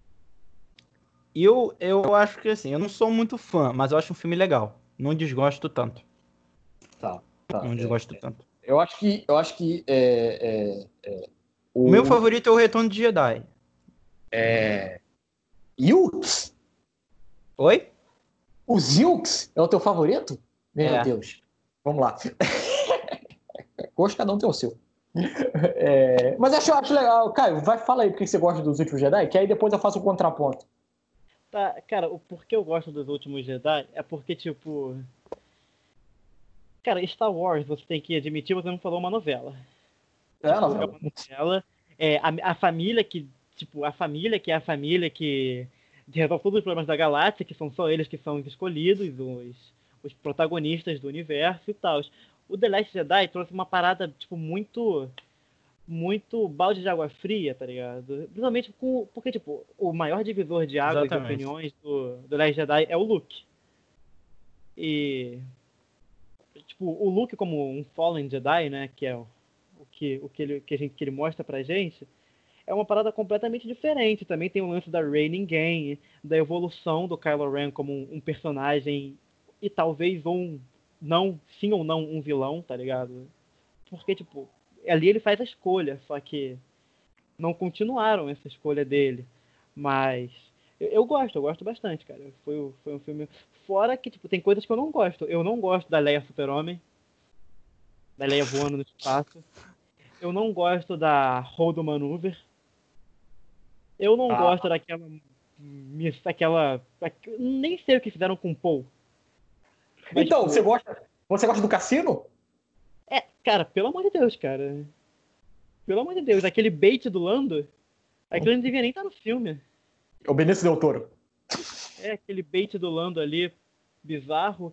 Eu, eu acho que assim, eu não sou muito fã, mas eu acho um filme legal. Não desgosto tanto. Tá, tá. Não É, desgosto tanto. eu acho que, eu acho que é, é, é, O meu o favorito é o Retorno de Jedi. é, Yux? Oi? Os Yux é o teu favorito? Meu É. Deus. Vamos lá. Hoje cada um tem o seu. É, mas acho, acho legal. Caio, vai, fala aí porque você gosta dos Últimos Jedi, que aí depois eu faço o contraponto. Tá, cara, o porquê eu gosto dos últimos Jedi é porque, tipo. Cara, Star Wars, você tem que admitir, você não falou uma novela. É, Tipo, é novela. uma novela. É, a, a família que. Tipo, a família que é a família que resolve todos os problemas da galáxia, que são só eles que são os escolhidos, os, os protagonistas do universo e tal. O The Last Jedi trouxe uma parada, tipo, muito. Muito balde de água fria, tá ligado? Principalmente com, porque, tipo, o maior divisor de águas e Exatamente. opiniões do, do Last Jedi é o Luke. E, tipo, o Luke como um Fallen Jedi, né, que é o, o, que, o que, ele, que, a gente, que ele mostra pra gente, é uma parada completamente diferente. Também tem o lance da Rey Ninguém, da evolução do Kylo Ren como um, um personagem e talvez um, não, sim ou não, um vilão, tá ligado? Porque, tipo, ali ele faz a escolha, só que não continuaram essa escolha dele. Mas eu, eu gosto, eu gosto bastante, cara. Foi, foi um filme. Fora que, tipo, tem coisas que eu não gosto. Eu não gosto da Leia Super-Homem, da Leia voando no espaço. Eu não gosto da Holdo Maneuver. Eu não Ah. gosto daquela. miss- Aquela. Nem sei o que fizeram com o Paul. Mas, Então, tipo, você gosta, você gosta do Cassino? é, cara, pelo amor de Deus, cara. Pelo amor de Deus, aquele bait do Lando, aquilo não devia nem estar no filme. O Benício Del Toro. É aquele bait do Lando ali, bizarro.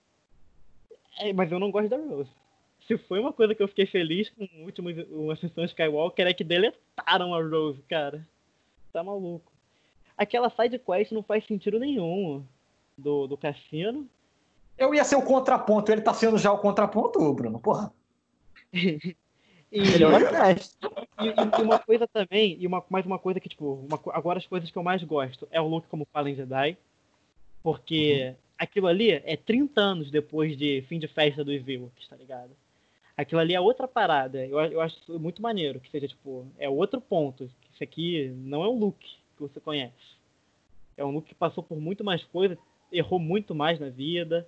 É, mas eu não gosto da Rose. Se foi uma coisa que eu fiquei feliz com o último uma sessão Skywalker, é que deletaram a Rose, cara. Tá maluco. Aquela side quest não faz sentido nenhum do, do cassino. Eu ia ser o contraponto, ele tá sendo já o contraponto, Bruno, porra. E, Ele é honesto. e, e uma coisa também, e uma, mais uma coisa que, tipo, uma, agora as coisas que eu mais gosto é o Luke como Fallen Jedi. Porque uhum. aquilo ali é trinta anos depois de Fim de Festa dos Ewoks, tá ligado? Aquilo ali é outra parada. Eu, eu acho muito maneiro que seja, tipo, é outro ponto. Isso aqui não é um Luke que você conhece. É um Luke que passou por muito mais coisas, errou muito mais na vida.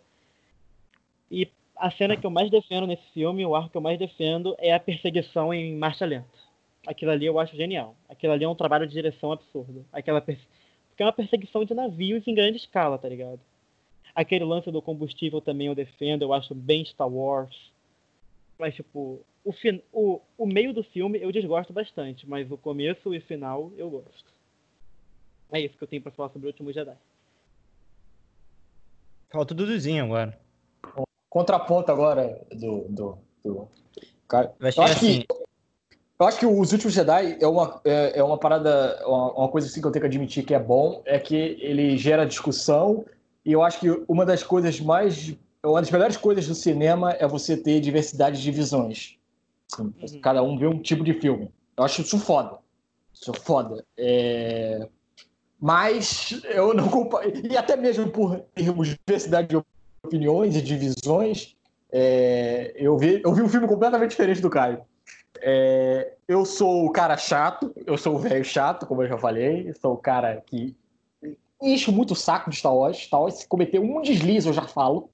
E a cena que eu mais defendo nesse filme, o arco que eu mais defendo, é a perseguição em marcha lenta. Aquilo ali eu acho genial. Aquilo ali é um trabalho de direção absurdo. Aquela perse... Porque é uma perseguição de navios em grande escala, tá ligado? Aquele lance do combustível também eu defendo, eu acho bem Star Wars. Mas, tipo, o, fin... o, o meio do filme eu desgosto bastante, mas o começo e o final eu gosto. É isso que eu tenho pra falar sobre o Último Jedi. Falta o Duduzinho agora. Contraponto agora do. do, do... Vai Eu ser acho assim. que. Eu acho que Os Últimos Jedi é uma, é, é uma parada, uma, uma coisa assim que eu tenho que admitir que é bom, é que ele gera discussão, e eu acho que uma das coisas mais, uma das melhores coisas do cinema é você ter diversidade de visões. Assim, uhum. Cada um vê um tipo de filme. Eu acho isso foda. Isso foda. É... Mas eu não comparo, e até mesmo por termos de diversidade de opiniões e de visões, é... eu, vi, eu vi um filme completamente diferente do Caio. É, eu sou o cara chato, eu sou o velho chato, como eu já falei, eu sou o cara que enche muito o saco de Star Wars. Star Wars, se cometer um deslize, eu já falo.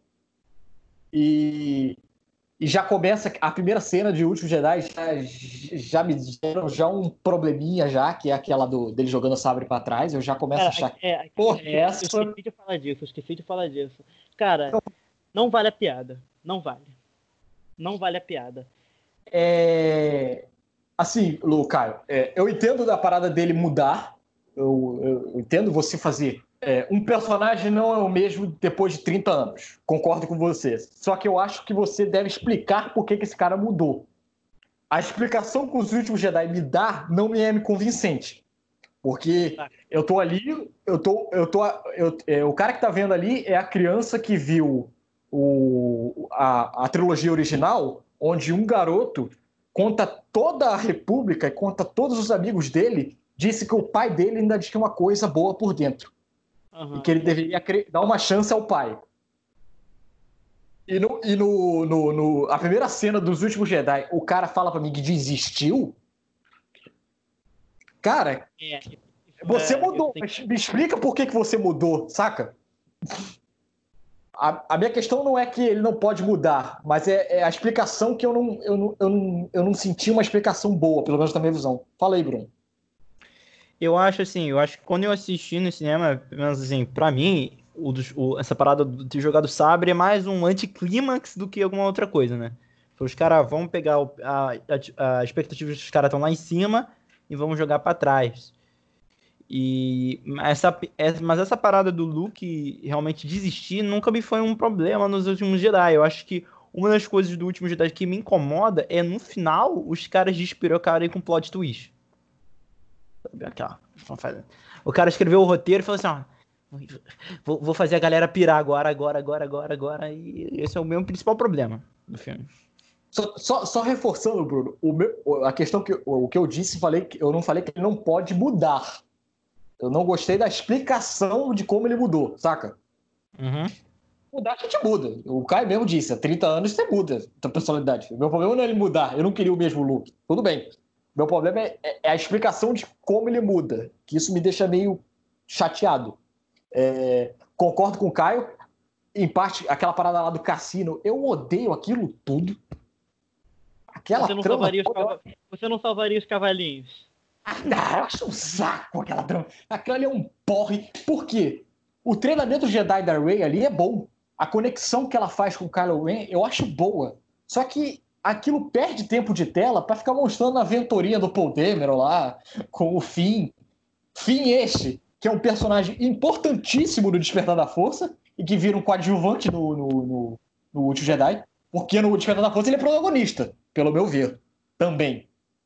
E, e já começa a primeira cena de Último Jedi, já, já me deram já um probleminha já, que é aquela do, dele jogando o sabre pra trás, eu já começo Cara, a achar. É, Porra, eu, essa. eu esqueci de falar disso, eu esqueci de falar disso. Cara, não vale a piada. Não vale. Não vale a piada. É... Assim, Lu, Caio, é, eu entendo da parada dele mudar, eu, eu entendo você fazer. É, um personagem não é o mesmo depois de trinta anos, concordo com você. Só que eu acho que você deve explicar por que, que esse cara mudou. A explicação que os Últimos Jedi me dá não me é convincente. Porque Tá. eu tô ali, eu tô, eu tô, eu, é, o cara que tá vendo ali é a criança que viu o, a, a trilogia original, onde um garoto conta toda a República e conta todos os amigos dele, disse que o pai dele ainda tinha uma coisa boa por dentro e Aham. que ele deveria cre- dar uma chance ao pai. E, no, e no, no, no- a primeira cena dos últimos Jedi, o cara fala pra mim que desistiu. Cara, É, isso, isso você é, isso mudou, tem mas me explica por que, que você mudou, saca? A, a minha questão não é que ele não pode mudar, mas é, é a explicação que eu não, eu, não, eu, não, eu não senti uma explicação boa, pelo menos na minha visão. Fala aí, Bruno. Eu acho assim, eu acho que quando eu assisti no cinema, pelo menos assim, pra mim, o, dos- o- essa parada do- de jogar do sabre é mais um anticlímax do que alguma outra coisa, né? Os caras vão pegar o- a, a, a expectativa dos caras estão lá em cima e vão jogar pra trás. E essa, é- mas essa parada do Luke realmente desistir nunca me foi um problema nos últimos Jedi. Eu acho que uma das coisas do último Jedi que me incomoda é no final os caras despirocarem com plot twist. Sabe, aquela- O cara escreveu o roteiro e falou assim: ó, vou, vou fazer a galera pirar agora, agora, agora, agora, agora. E esse é o meu principal problema do filme. Só, só, só reforçando, Bruno, o meu, a questão que o que eu disse, falei que eu não falei que ele não pode mudar. Eu não gostei da explicação de como ele mudou, saca? Uhum. Mudar, a gente muda. O Caio mesmo disse, há trinta anos você muda a tua personalidade. O meu problema não é ele mudar, eu não queria o mesmo look. Tudo bem. Meu problema é, é- é a explicação de como ele muda, que isso me deixa meio chateado. É, concordo com o Caio, em parte, aquela parada lá do cassino, eu odeio aquilo tudo. Aquela Você não trama salvaria os, toda, eu cava... Você não salvaria os cavalinhos. Ah, eu acho um saco aquela trama. Aquilo ali é um porre. Por quê? O treinamento Jedi da Rey ali é bom. A conexão que ela faz com o Kylo Ren eu acho boa. Só que aquilo perde tempo de tela pra ficar mostrando a aventurinha do Paul Dameron lá, com o Finn. Finn este, que é um personagem importantíssimo no Despertar da Força e que vira um coadjuvante no, no, no, no Último Jedi. Porque no Despertar da Força ele é protagonista, pelo meu ver. Também.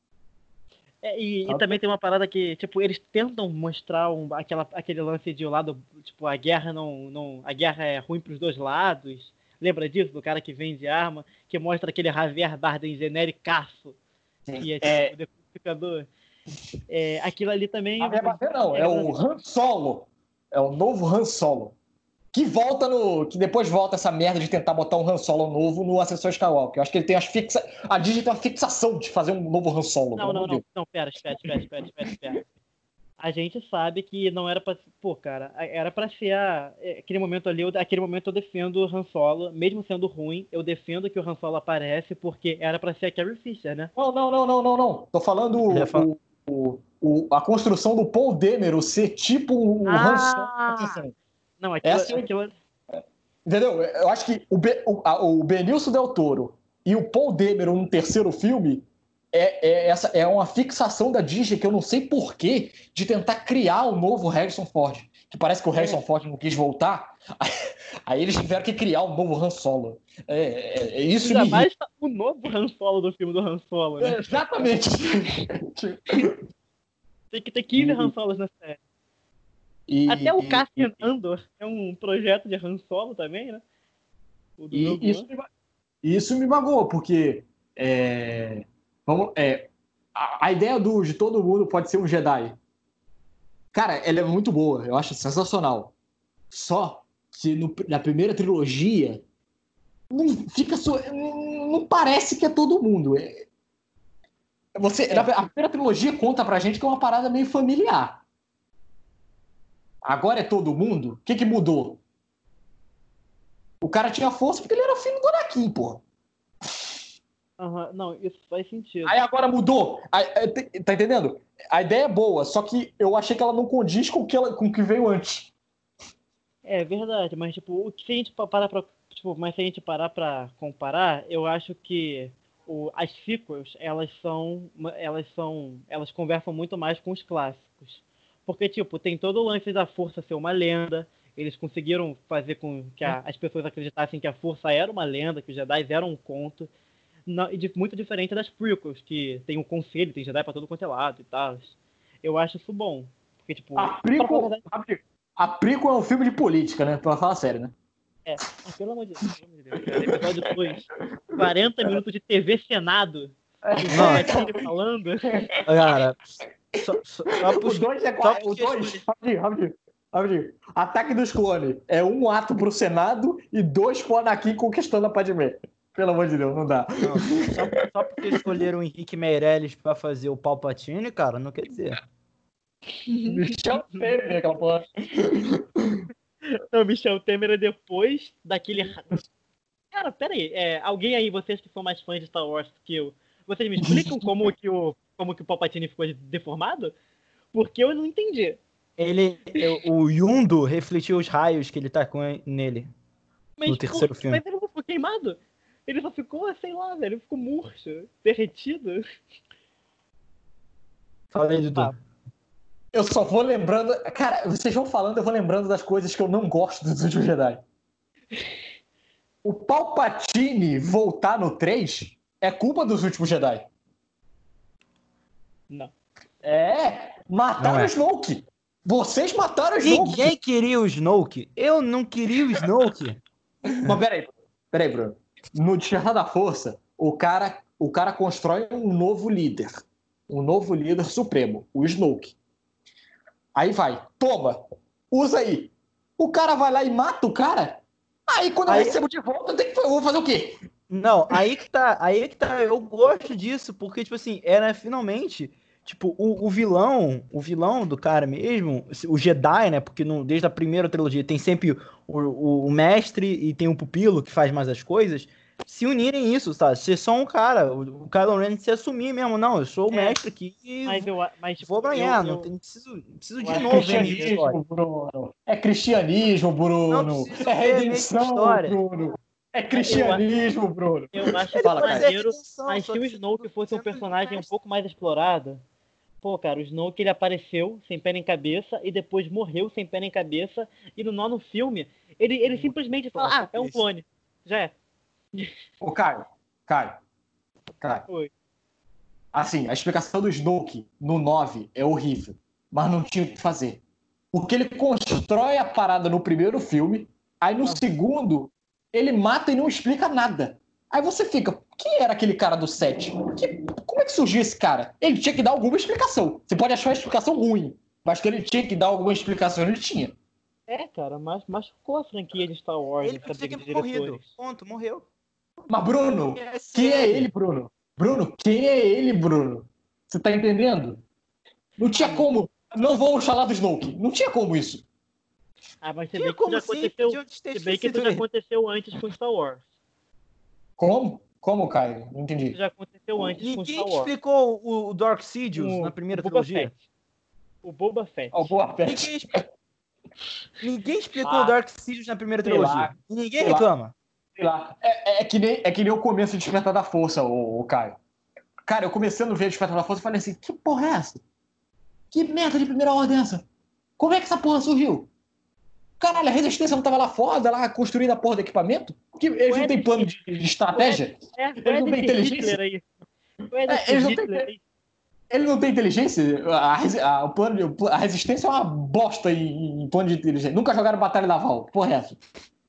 É, e, e também tem uma parada que, tipo, eles tentam mostrar um, aquela, aquele lance de o lado, tipo, a guerra não, não. A guerra é ruim pros dois lados. Lembra disso? Do cara que vende arma, que mostra aquele Javier Bardem genericaço, que é tipo É, o decodificador. É, aquilo ali também. A Verbater não, é, é o Han Solo. É o novo Han Solo. Que volta no. Que depois volta essa merda de tentar botar um Han Solo novo no Ascensão Skywalker. Eu acho que ele tem as fixa. A Disney tem uma fixação de fazer um novo Han Solo, pelo Não, amor não, de não, Deus. não, pera, espera, espera, espera, espera, espera. A gente sabe que não era pra. Pô, cara, era pra ser a, aquele momento ali, eu, aquele momento eu defendo o Han Solo, mesmo sendo ruim, eu defendo que o Han Solo aparece porque era pra ser a Carrie Fisher, né? Não, não, não, não, não, não. Tô falando Ele fala, o, o, o, a construção do Paul Dameron ser tipo o Han Solo. Ah! Não, aquilo, Essa, aquilo. entendeu? Eu acho que o, Be, o, a, o Benício Del Toro e o Paul Dameron no terceiro filme é, é, essa, é uma fixação da Disney que eu não sei porquê de tentar criar o novo Harrison Ford. Que parece que o Harrison É. Ford não quis voltar. Aí, aí eles tiveram que criar um novo Han Solo. É, é, é isso Ainda me irrita. mais o novo Han Solo do filme do Han Solo, né? É, exatamente. Tem que ter quinze Han Solos na série. Até o E, Cassian e, Andor é um projeto de Han Solo também, né? O do e Rogue isso, One. me, isso me magoou, porque é, vamos, é, a, a ideia do, de todo mundo pode ser um Jedi. Cara, ela é muito boa, eu acho sensacional. Só que no- na primeira trilogia não fica so- não não parece que é todo mundo. É- você, É. na- a primeira trilogia conta pra gente que é uma parada meio familiar. Agora é todo mundo? O que, que mudou? O cara tinha força porque ele era filho do Anakin, pô. Aham, não, isso faz sentido. Aí agora mudou. Aí, é, te- tá entendendo? A ideia é boa, só que eu achei que ela não condiz com o que, ela- com o que veio antes. É verdade, mas tipo, o que se a gente pa- parar pra, tipo, mas se a gente parar pra comparar, eu acho que o, as sequels, elas são, elas são, elas conversam muito mais com os clássicos. Porque, tipo, tem todo o lance da força ser uma lenda, eles conseguiram fazer com que a- as pessoas acreditassem que a força era uma lenda, que os Jedi eram um conto, não, e de- muito diferente das prequels, que tem um conselho, tem Jedi pra todo quanto é lado e tal. Eu acho isso bom. Porque, tipo, A pra falar a Prequel, verdade, a Prequel é um filme de política, né? Pra falar sério, né? é, mas pelo amor de Deus, pelo amor de Deus, cara. Episódio dois, quarenta minutos de T V Senado, com o Palpatine falando. Cara, só, só, só O pros- dois é só quase. O porque dois. escolhe- Rapidinho, rapidinho. Rapidinho. Ataque dos Clones é um ato pro Senado e dois pro Anakin conquistando a Padmé. Pelo amor de Deus, não dá. Não, só, só porque escolheram o Henrique Meirelles pra fazer o Palpatine, cara, não quer dizer. Michel Temer, aquela porra. Não, Michel Temer é depois daquele. Cara, pera aí. É, alguém aí, vocês que são mais fãs de Star Wars que eu, vocês me explicam como que o, como que o Palpatine ficou deformado? Porque eu não entendi. Ele, o Yundo refletiu os raios que ele tacou nele Mas, no terceiro por- filme. mas ele não ficou queimado? Ele só ficou, sei lá, velho, ele ficou murcho, derretido. Fala aí, Dudu. Ah. Eu só vou lembrando. Cara, vocês vão falando, eu vou lembrando das coisas que eu não gosto dos últimos Jedi. O Palpatine voltar no três é culpa dos últimos Jedi. Não. É, mataram Não é. o Snoke. Vocês mataram o Snoke. Ninguém queria o Snoke. Eu não queria o Snoke. Mas peraí, peraí, Bruno. No Despertar da Força, o cara, o cara constrói um novo líder. Um novo líder supremo, o Snoke. Aí vai, toma, usa aí. O cara vai lá e mata o cara. Aí quando Aí- eu recebo de volta, eu, tenho que, eu vou fazer o quê? Não, aí que tá, aí que tá, eu gosto disso, porque, tipo assim, era finalmente, tipo, o, o vilão, o vilão do cara mesmo, o Jedi, né, porque no, desde a primeira trilogia tem sempre o, o, o mestre e tem o pupilo que faz mais as coisas, se unirem isso, sabe, ser só um cara, o, o Kylo Ren se assumir mesmo, não, eu sou o É, mestre aqui e Mas eu mas, tipo, vou ganhar, eu, não, eu, tem, não preciso, não preciso eu de acho novo que ver a mesma história. Cristianismo, Bruno. É cristianismo, Não Bruno. preciso É ver a mesma redenção, história. Bruno. É cristianismo, Bruno. eu acho Fala, que cara. maneiro, redenção, mas só se o que Snoke fosse um sendo personagem um mestre. pouco mais explorado, pô, cara, o Snoke ele apareceu sem pé nem cabeça e depois morreu sem pé nem cabeça e no nono filme ele, ele simplesmente fala, ah, é um clone. Já é. Ô, Caio, Caio, Caio. Oi. Assim, a explicação do Snoke no nove é horrível, mas não tinha o que fazer. Porque ele constrói a parada no primeiro filme, aí no Ah. segundo ele mata e não explica nada. Aí você fica, quem era aquele cara do sete? Que- como é que surgiu esse cara? Ele tinha que dar alguma explicação. Você pode achar uma explicação ruim, mas que ele tinha que dar alguma explicação, ele tinha. É, cara, mas machucou a franquia de Star Wars, Ele essa podia briga de ter morrido, diretores. ponto, morreu. Mas, Bruno, É quem é sério. ele, Bruno? Bruno, quem é ele, Bruno? Você tá entendendo? Não tinha Ah, como. Não vamos falar do Snoke. Não tinha como isso. Ah, mas você Tinha vê que isso como já sim, aconteceu, podiam ter se bem que isso esquecido já ele. aconteceu antes com Star Wars. Como? Como, Caio? Não entendi. Isso já aconteceu antes com Ninguém Star Wars. explicou o, o Dark Sidious O- na primeira o Boba trilogia. Fett. O Boba Fett. Ó, boa Ninguém, peste. expli- Ninguém explicou Ah, o Dark Sidious na primeira sei trilogia. lá, E ninguém sei lá. reclama. Sei lá. É, é que nem, é que nem o começo de Despertar da Força, o, Caio. Cara, eu comecei a ver Despertar da Força e falei assim, que porra é essa? Que merda de primeira ordem é essa? Como é que essa porra surgiu? Caralho, a resistência não tava lá fora, lá construindo a porra do equipamento? Que eles Ué, não têm plano de, de estratégia? É, Eles não têm inteligência? Hitler aí. Ué, É, desse eles não Hitler têm- aí. Ele não tem inteligência? A, resi- a- o plano, a resistência é uma bosta em, em plano de inteligência. Nunca jogaram batalha naval. Porra, é essa?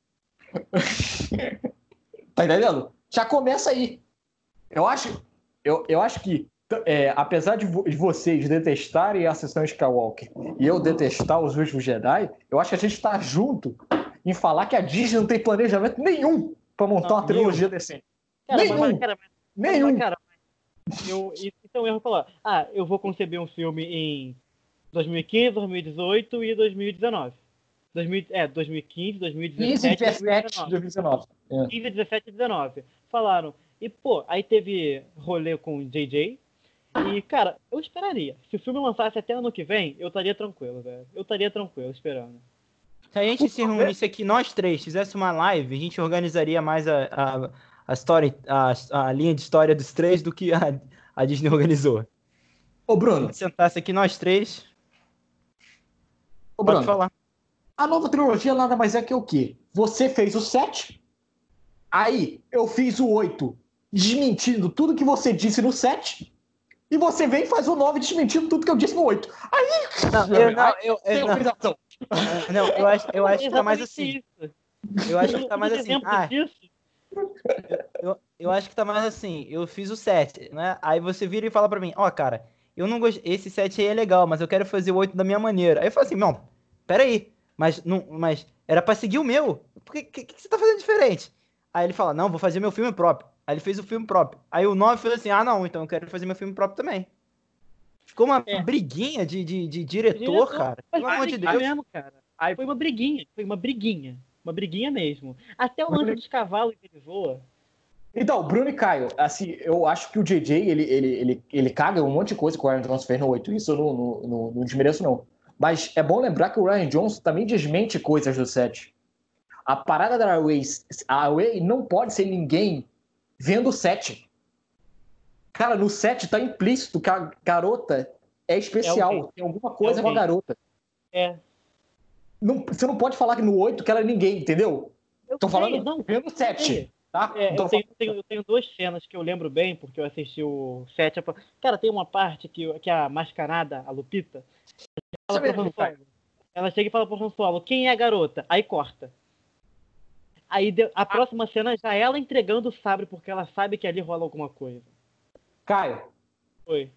Tá entendendo? Já começa aí. Eu acho, eu, eu acho que, é, apesar de, vo- de vocês detestarem a sessão Skywalker e eu detestar os últimos Jedi, eu acho que a gente tá junto em falar que a Disney não tem planejamento nenhum pra montar Não, uma trilogia decente. Cara, Nenhum. mas, cara, mas, Nenhum. mas, cara, mas eu, isso é um erro falar. Ah, eu vou conceber um filme em dois mil e quinze, dois mil e dezoito e dois mil e dezenove. dois mil, é, dois mil e quinze, dois mil e quinze, dezessete, dezessete, dois mil e dois mil e dezenove. É. quinze, dezessete e dezenove. Falaram. E, pô, aí teve rolê com o J J. E, cara, eu esperaria. Se o filme lançasse até ano que vem, eu estaria tranquilo, velho. Eu estaria tranquilo esperando. Se a gente se reunisse aqui, nós três, fizesse uma live, a gente organizaria mais a, a, a, story, a, a linha de história dos três do que a, a Disney organizou. Ô, Se a Bruno, gente sentasse aqui nós três, ô, pode Bruno, falar. a nova trilogia nada mais é que o quê? Você fez o sete, aí eu fiz o oito, desmentindo tudo que você disse no sete, E você vem e faz o nove desmentindo tudo que eu disse no oito. Aí. Não, eu, não, eu, tem eu, não, autorização. não, eu acho, eu acho que tá mais Exatamente assim. isso. Eu acho que tá Um mais dos assim. exemplos Ah, disso, eu, eu acho que tá mais assim. Eu fiz o sete, né? Aí você vira e fala pra mim: Ó, cara, eu não gosto. Esse sete aí é legal, mas eu quero fazer o oito da minha maneira. Aí eu falo assim: Não, peraí. Mas, não, mas era pra seguir o meu. Por que, que, que você tá fazendo diferente? Aí ele fala: Não, vou fazer meu filme próprio. Aí ele fez o filme próprio. Aí o nove fez assim: Ah, não, então eu quero fazer meu filme próprio também. Ficou uma é, briguinha de, de, de o diretor, diretor cara. faz Pelo amor de briguinha Deus. mesmo, cara. Aí, Foi uma briguinha, foi uma briguinha. Uma briguinha mesmo. Até o lance Bruno- dos cavalos que ele voa. Então, Bruno e Caio, assim, eu acho que o J J, ele, ele, ele, ele caga um monte de coisa com o Ryan Johnson fez no oito. Isso eu não, não, não, não desmereço, não. Mas é bom lembrar que o Ryan Johnson também desmente coisas do sete. A parada da Away, a Away não pode ser ninguém vendo o sete. Cara, no sete tá implícito que a garota é especial. alguém. Tem alguma É coisa com a alguém. garota. É. Não, você não pode falar que no oito que ela é ninguém, entendeu? Eu Tô sei, falando não. vendo o Eu sete, sei. tá? É, Não eu, tô tenho, falando... tenho- eu tenho duas cenas que eu lembro bem, porque eu assisti o sete. Cara, tem uma parte que, que a mascarada, a Lupita, fala pro Han Solo. Ela chega e fala pro Han Solo, quem é a garota? Aí corta. Aí deu- a próxima cena já é ela entregando o sabre, porque ela sabe que ali rola alguma coisa. Caio, Foi.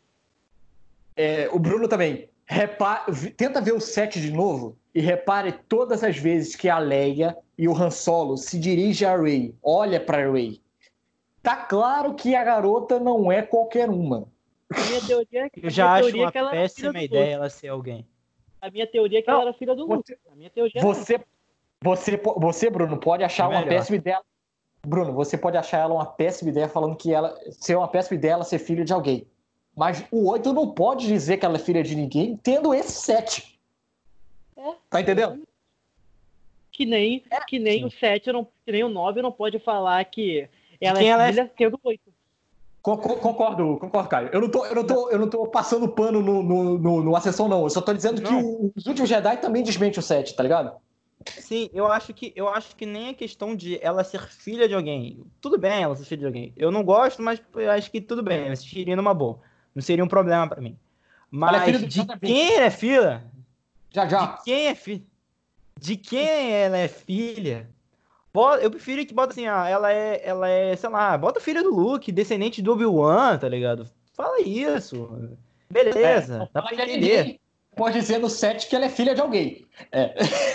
é, o Bruno também. Repa... Tenta ver o sete de novo e repare todas as vezes que a Leia e o Han Solo se dirigem a Rey, olha pra Rey. Tá claro que a garota não é qualquer uma. A minha teoria, é- Eu a minha já acho teoria é uma que ela era filha péssima do ideia Luke. ela ser alguém. A minha teoria é que ela Não, era filha do Luke. você, A minha teoria é essa. você, você, você, Bruno, pode É achar uma melhor. péssima ideia. Bruno, você pode achar ela uma péssima ideia falando que ela ser uma péssima ideia ela ser filha de alguém. Mas o oito não pode dizer que ela é filha de ninguém tendo esse sete. É, Tá entendendo? exatamente. Que nem, que nem o Sim. sete, não, que nem o nove não pode falar que De ela é quem ela é? filha tendo oito. Co- co- Concordo, concordo, Caio. Eu não tô, eu não tô, eu não tô passando pano no, no, no, no Ascensão, não. Eu só tô dizendo que Não. o- os últimos Jedi também desmente o sete, tá ligado? Sim, eu acho que eu acho que nem é questão de ela ser filha de alguém. Tudo bem ela ser filha de alguém. Eu não gosto, mas eu acho que tudo bem, eu assistiria numa boa. Não seria um problema pra mim. Ela é filha Mas do de J J. quem ela é filha? Já, De já. quem é filha? De quem ela é filha? Bo- Eu prefiro que bota assim, ah, ela é, ela é, sei lá, bota filha do Luke, descendente do Obi-Wan, tá ligado? Fala isso. É, não Beleza, dá fala pra que é entender, ninguém. Pode dizer no sete que ela é filha de alguém. É.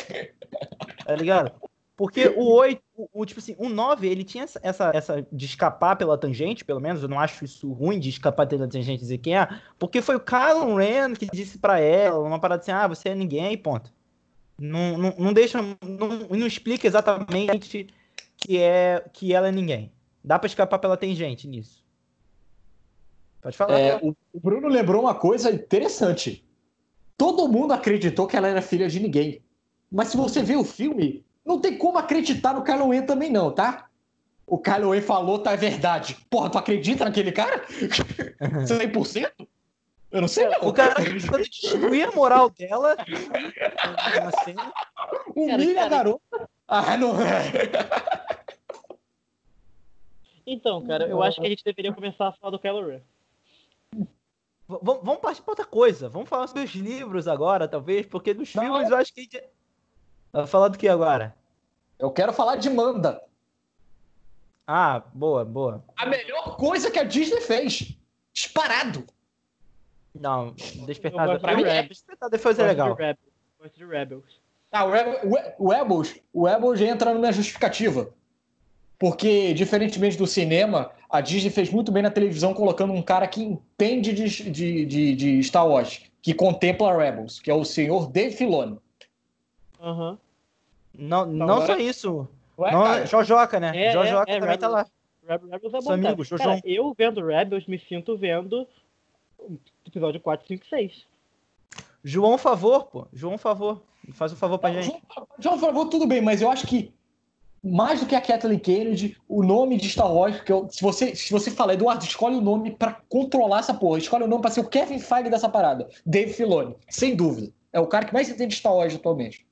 tá ligado? Porque o oito, o, o, tipo assim, o nove ele tinha essa, essa, essa de escapar pela tangente, pelo menos, eu não acho isso ruim de escapar pela tangente e dizer quem é, porque foi o Kylo Ren que disse pra ela, uma parada assim, ah, você é ninguém, e ponto. Não, não, não deixa, não, não explica exatamente que é que ela é ninguém. Dá pra escapar pela tangente nisso. Pode falar. É, o, o Bruno lembrou uma coisa interessante. Todo mundo acreditou que ela era filha de ninguém. Mas se você vê o filme, não tem como acreditar no Kylo Ren também não, tá? O Kylo Ren falou, tá, é verdade. Porra, tu acredita naquele cara? cem por cento? Eu não sei, Cara, não. O cara tentando destruir a moral dela na cena. Humilha a cara, garota. Ah, não. Então, cara, eu acho que a gente deveria começar a falar do Kylo Ren. V- Vamos partir pra outra coisa. Vamos falar sobre os livros agora, talvez, porque nos filmes eu acho que a gente... Vai falar do que agora? Eu quero falar de Manda. Ah, boa, boa. A melhor coisa que a Disney fez. Disparado. Não, Eu Despertar... gosto Pra de mim, é, Rebels. Despertar depois é Gosto de legal. Rebels. Gosto de Rebels. Ah, o Rebels, o Rebels, o Rebels entra na minha justificativa. Porque, diferentemente do cinema, a Disney fez muito bem na televisão colocando um cara que entende de, de, de, de Star Wars, que contempla Rebels, que é o senhor Dave Filoni. Aham. Não, Não, não só agora- isso. Não é, Não, cara? Jojoca, né? É, é, Jojoca é, também tá lá. Rebels, Rebels é Seu bom, cara. amigo, Cara, Jojon. eu vendo Rebels me sinto vendo episódio quatro, cinco, seis. João Favor, pô. João Favor. Faz um favor pra Não, gente. João, João Favreau, tudo bem, mas eu acho que mais do que a Kathleen Kennedy, o nome de Star Wars, que eu, se você se você fala, Eduardo, escolhe o nome pra controlar essa porra, escolhe o nome pra ser o Kevin Feige dessa parada, Dave Filoni, sem dúvida. É o cara que mais entende Star Wars atualmente.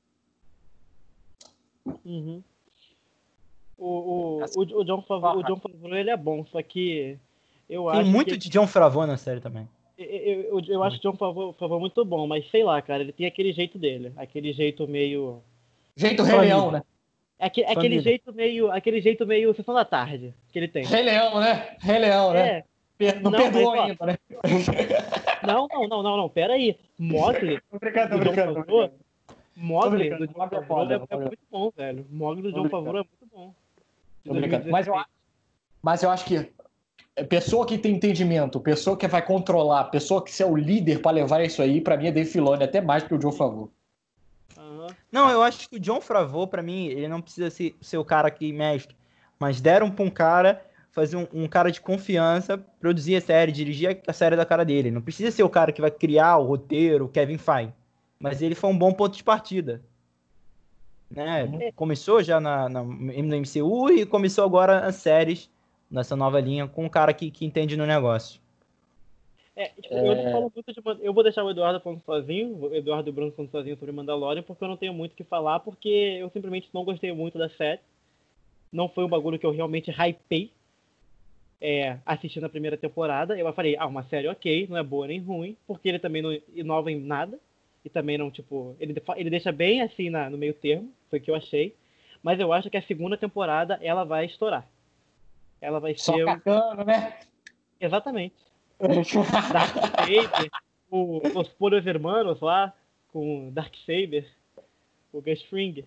Uhum. O, o, o, o John Favreau, o John Favreau, ele é bom, só que Eu Tem acho muito que de John Favreau na série também. Eu, eu, eu acho o John Favreau, Favreau muito bom, mas sei lá, cara, ele tem aquele jeito dele. Aquele jeito meio. Jeito Rei Leão, Família. né? É aque- é aquele Família. jeito meio. Aquele jeito meio sessão da tarde que ele tem. Rei Leão, né? Rei Leão, né? É. Per- Não, Não, perdoou mas, ó, ainda, né? não, não, não, não, não. Pera aí. Mogli Tô brincando, tô do John brincando, tô Favreau. brincando. Tô Mogli brincando, do John Mogli é Favreau foda, é, é Mogli é- muito bom, velho. Mogli do Tô John brincando. Favreau é muito bom. De Tô brincando. Mas eu, dois mil e dezesseis. mas eu acho que é pessoa que tem entendimento, pessoa que vai controlar, pessoa que é o líder pra levar isso aí, pra mim é Dave Filoni, até mais que o John Favreau. Aham. Não, eu acho que o John Favreau, pra mim, ele não precisa ser, ser o cara que mestre. Mas deram pra um cara, fazer um, um cara de confiança, produzir a série, dirigir a série da cara dele. Não precisa ser o cara que vai criar o roteiro, o Kevin Feige. Mas ele foi um bom ponto de partida. Né? Uhum. Começou já na, na, no M C U e começou agora as séries, nessa nova linha, com um cara que, que entende no negócio. É, tipo, eu não falo muito de. Man- Eu vou deixar o Eduardo falando sozinho, o Eduardo e o Bruno falando sozinho sobre Mandalorian, porque eu não tenho muito o que falar, porque eu simplesmente não gostei muito da série. Não foi um bagulho que eu realmente hypei é, assistindo a primeira temporada. Eu falei, ah, uma série ok, não é boa nem ruim, porque ele também não inova em nada. E também não, tipo, ele, ele deixa bem assim na, no meio termo, foi o que eu achei. Mas eu acho que a segunda temporada ela vai estourar. Ela vai Só ser. o- cagando, né? Exatamente. Darksaber, o Los Poros Hermanos lá, com Darksaber, o Gus Fring.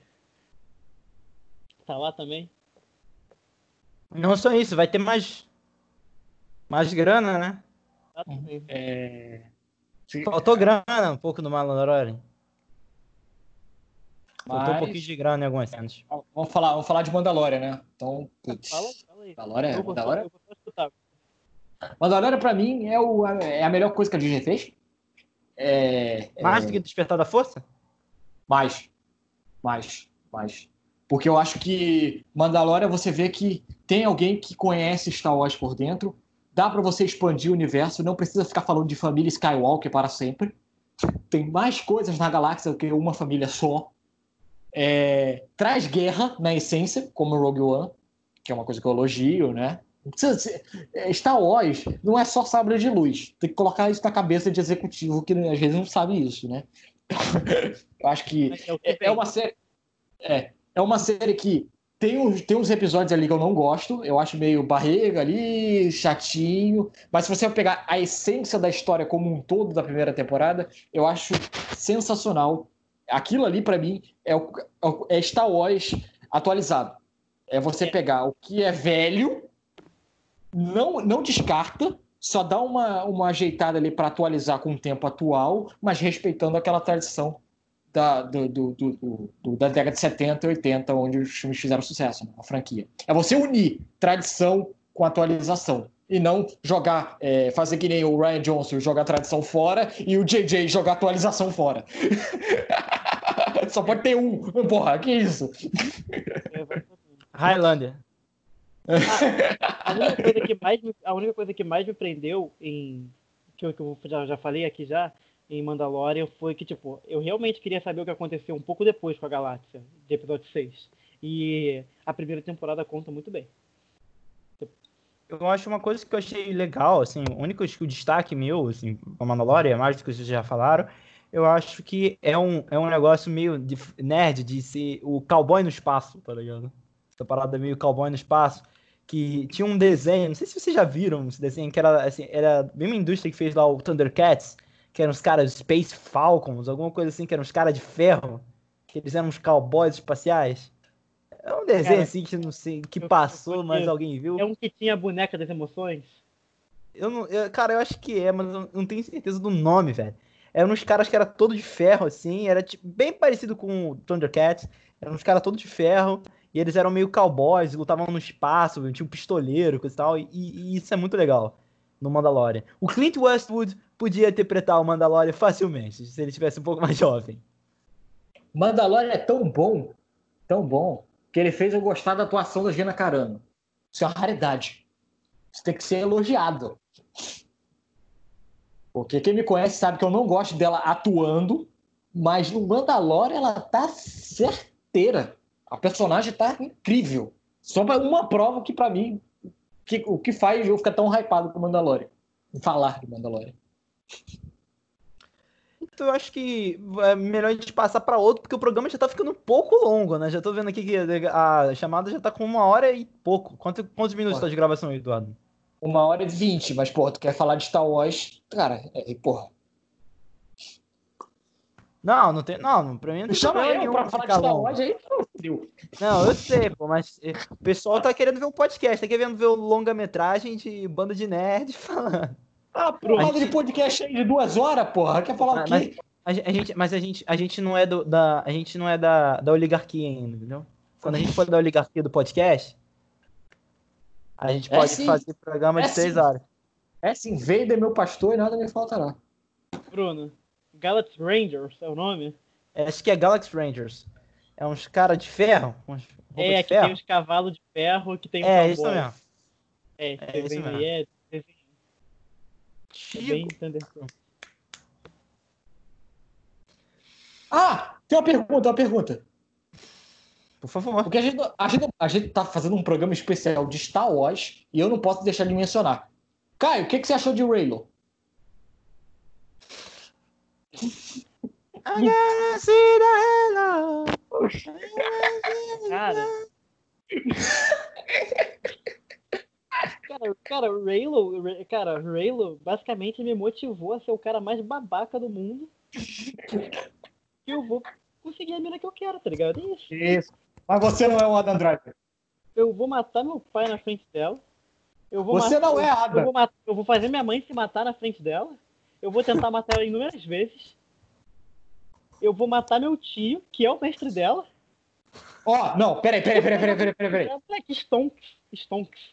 Tá lá também. Não só isso, vai ter mais, mais grana, né? Exatamente. É... Faltou grana um pouco no Mandalorian. Faltou um Mas pouquinho de grana em algumas cenas. vamos falar, vamos falar de Mandalorian, né? Então, putz, Fala, fala aí. Mandalorian, Eu vou só, Mandalorian, eu vou só escutar. Mandalorian pra mim é, o, é a melhor coisa que a Disney fez. É, Mais é, do que Despertar da Força? mais, mais, mais. Porque eu acho que Mandalorian você vê que tem alguém que conhece Star Wars por dentro. Dá pra você expandir o universo, não precisa ficar falando de família Skywalker para sempre. Tem mais coisas na galáxia do que uma família só. É, traz guerra na essência, como Rogue One, que é uma coisa que eu elogio, né? Não precisa ser- é, Star Wars não é só sabre de luz. Tem que colocar isso na cabeça de executivo que às vezes não sabe isso, né? Eu acho que Mas é o que é, é vem. uma série. É, é uma série que tem uns, tem uns episódios ali que eu não gosto. Eu acho meio barriga ali, chatinho. Mas se você pegar a essência da história como um todo da primeira temporada, eu acho sensacional. Aquilo ali, pra mim, é, o, é Star Wars atualizado. É você É. pegar o que é velho, não, não descarta, só dá uma, uma ajeitada ali para atualizar com o tempo atual, mas respeitando aquela tradição da, do, do, do, do, da década de setenta e oitenta, onde os filmes fizeram sucesso, né? A franquia. É você unir tradição com atualização. E não jogar, é, fazer que nem o Ryan Johnson jogar a tradição fora e o J J jogar a atualização fora. Só pode ter um. Porra, que isso? Exatamente. Highlander. A única coisa que mais me, a única coisa que mais me prendeu em que eu, que eu já, já falei aqui já em Mandalorian foi que tipo, eu realmente queria saber o que aconteceu um pouco depois com a Galáxia, de episódio seis. E a primeira temporada conta muito bem. Eu acho uma coisa que eu achei legal, assim, o único acho que o destaque meu, assim, com Mandalorian, mais do que vocês já falaram, eu acho que é um, é um negócio meio de nerd, de ser o cowboy no espaço, tá ligado? Essa parada meio cowboy no espaço, que tinha um desenho, não sei se vocês já viram esse desenho, que era, assim, era bem uma indústria que fez lá o Thundercats, que eram os caras Space Falcons, alguma coisa assim, que eram os caras de ferro, que eles eram uns cowboys espaciais. É um desenho Cara, assim que não sei, que eu- passou, eu- mas eu- alguém viu. É um que tinha a boneca das emoções. Eu não, eu- cara, eu acho que é, mas eu não tenho certeza do nome, velho. Eram uns caras que era todo de ferro, assim, era tipo, bem parecido com o Thundercats. Eram uns caras todos de ferro, e eles eram meio cowboys, lutavam no espaço, tinha um pistoleiro, coisa e tal, e, e isso é muito legal no Mandalorian. O Clint Westwood podia interpretar o Mandalorian facilmente, se ele tivesse um pouco mais jovem. Mandalorian é tão bom, tão bom, que ele fez eu gostar da atuação da Gina Carano. Isso é uma raridade. Isso tem que ser elogiado. Porque quem me conhece sabe que eu não gosto dela atuando, mas no Mandalorian ela tá certeira. A personagem tá incrível. Só uma prova que, pra mim, que, o que faz eu ficar tão hypado com o Mandalorian. Em falar de Mandalorian. Então eu acho que é melhor a gente passar para outro, porque o programa já tá ficando um pouco longo, né? Já tô vendo aqui que a chamada já tá com uma hora e pouco. Quanto, quantos minutos tá de gravação aí, Eduardo? Uma hora e vinte, mas, porra, tu quer falar de Star Wars, cara, é, porra. Não, não tem. Não, pra mim não tem Chama problema eu nenhum pra falar de ficar Star longo. Wars aí, fudeu. Não, eu sei, pô, mas eh, o pessoal tá querendo ver um podcast, tá querendo ver o longa-metragem de banda de nerd falando. Ah, porrada de podcast aí de duas horas, porra. Quer falar o Mas, quê? a gente, mas a gente, a gente não é do, da, a gente não é da, da oligarquia ainda, entendeu? Quando a gente for da oligarquia do podcast, a gente É pode sim. fazer programa É de três sim. horas. É sim, Vader, meu pastor, e nada me faltará. Bruno, Galaxy Rangers é o nome? É, acho que é Galaxy Rangers. É uns cara de ferro, uns roupa É, de que ferro. tem os cavalos de ferro, que tem um É, cowboy. isso mesmo. É, esse É desenho isso aí mesmo. é, desenho, é bem Chico. Thundercats. Ah, tem uma pergunta, uma pergunta. Por favor. Porque a gente, a, gente, a gente tá fazendo um programa especial de Star Wars e eu não posso deixar de mencionar. Caio, o que, que você achou de Raylo? I gotta see the hello. Cara. Cara, cara, o Raylo, Ra- cara, o Raylo basicamente me motivou a ser o cara mais babaca do mundo. Que eu vou conseguir a mina que eu quero, tá ligado? É isso. Isso. Mas você não é o Adam Driver. Eu vou matar meu pai na frente dela. Eu vou Você matar, não é eu, Adam. eu vou mat- eu vou fazer minha mãe se matar na frente dela. Eu vou tentar matar ela inúmeras vezes. Eu vou matar meu tio, que é o mestre dela. Ó, oh, não, peraí, peraí, peraí, peraí, peraí, peraí, peraí. Moleque, Stonks. Stonks.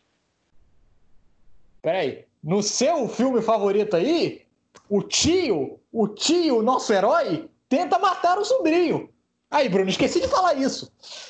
Peraí. No seu filme favorito aí, o tio, o tio, nosso herói, tenta matar o sobrinho. Aí, Bruno, esqueci de falar isso.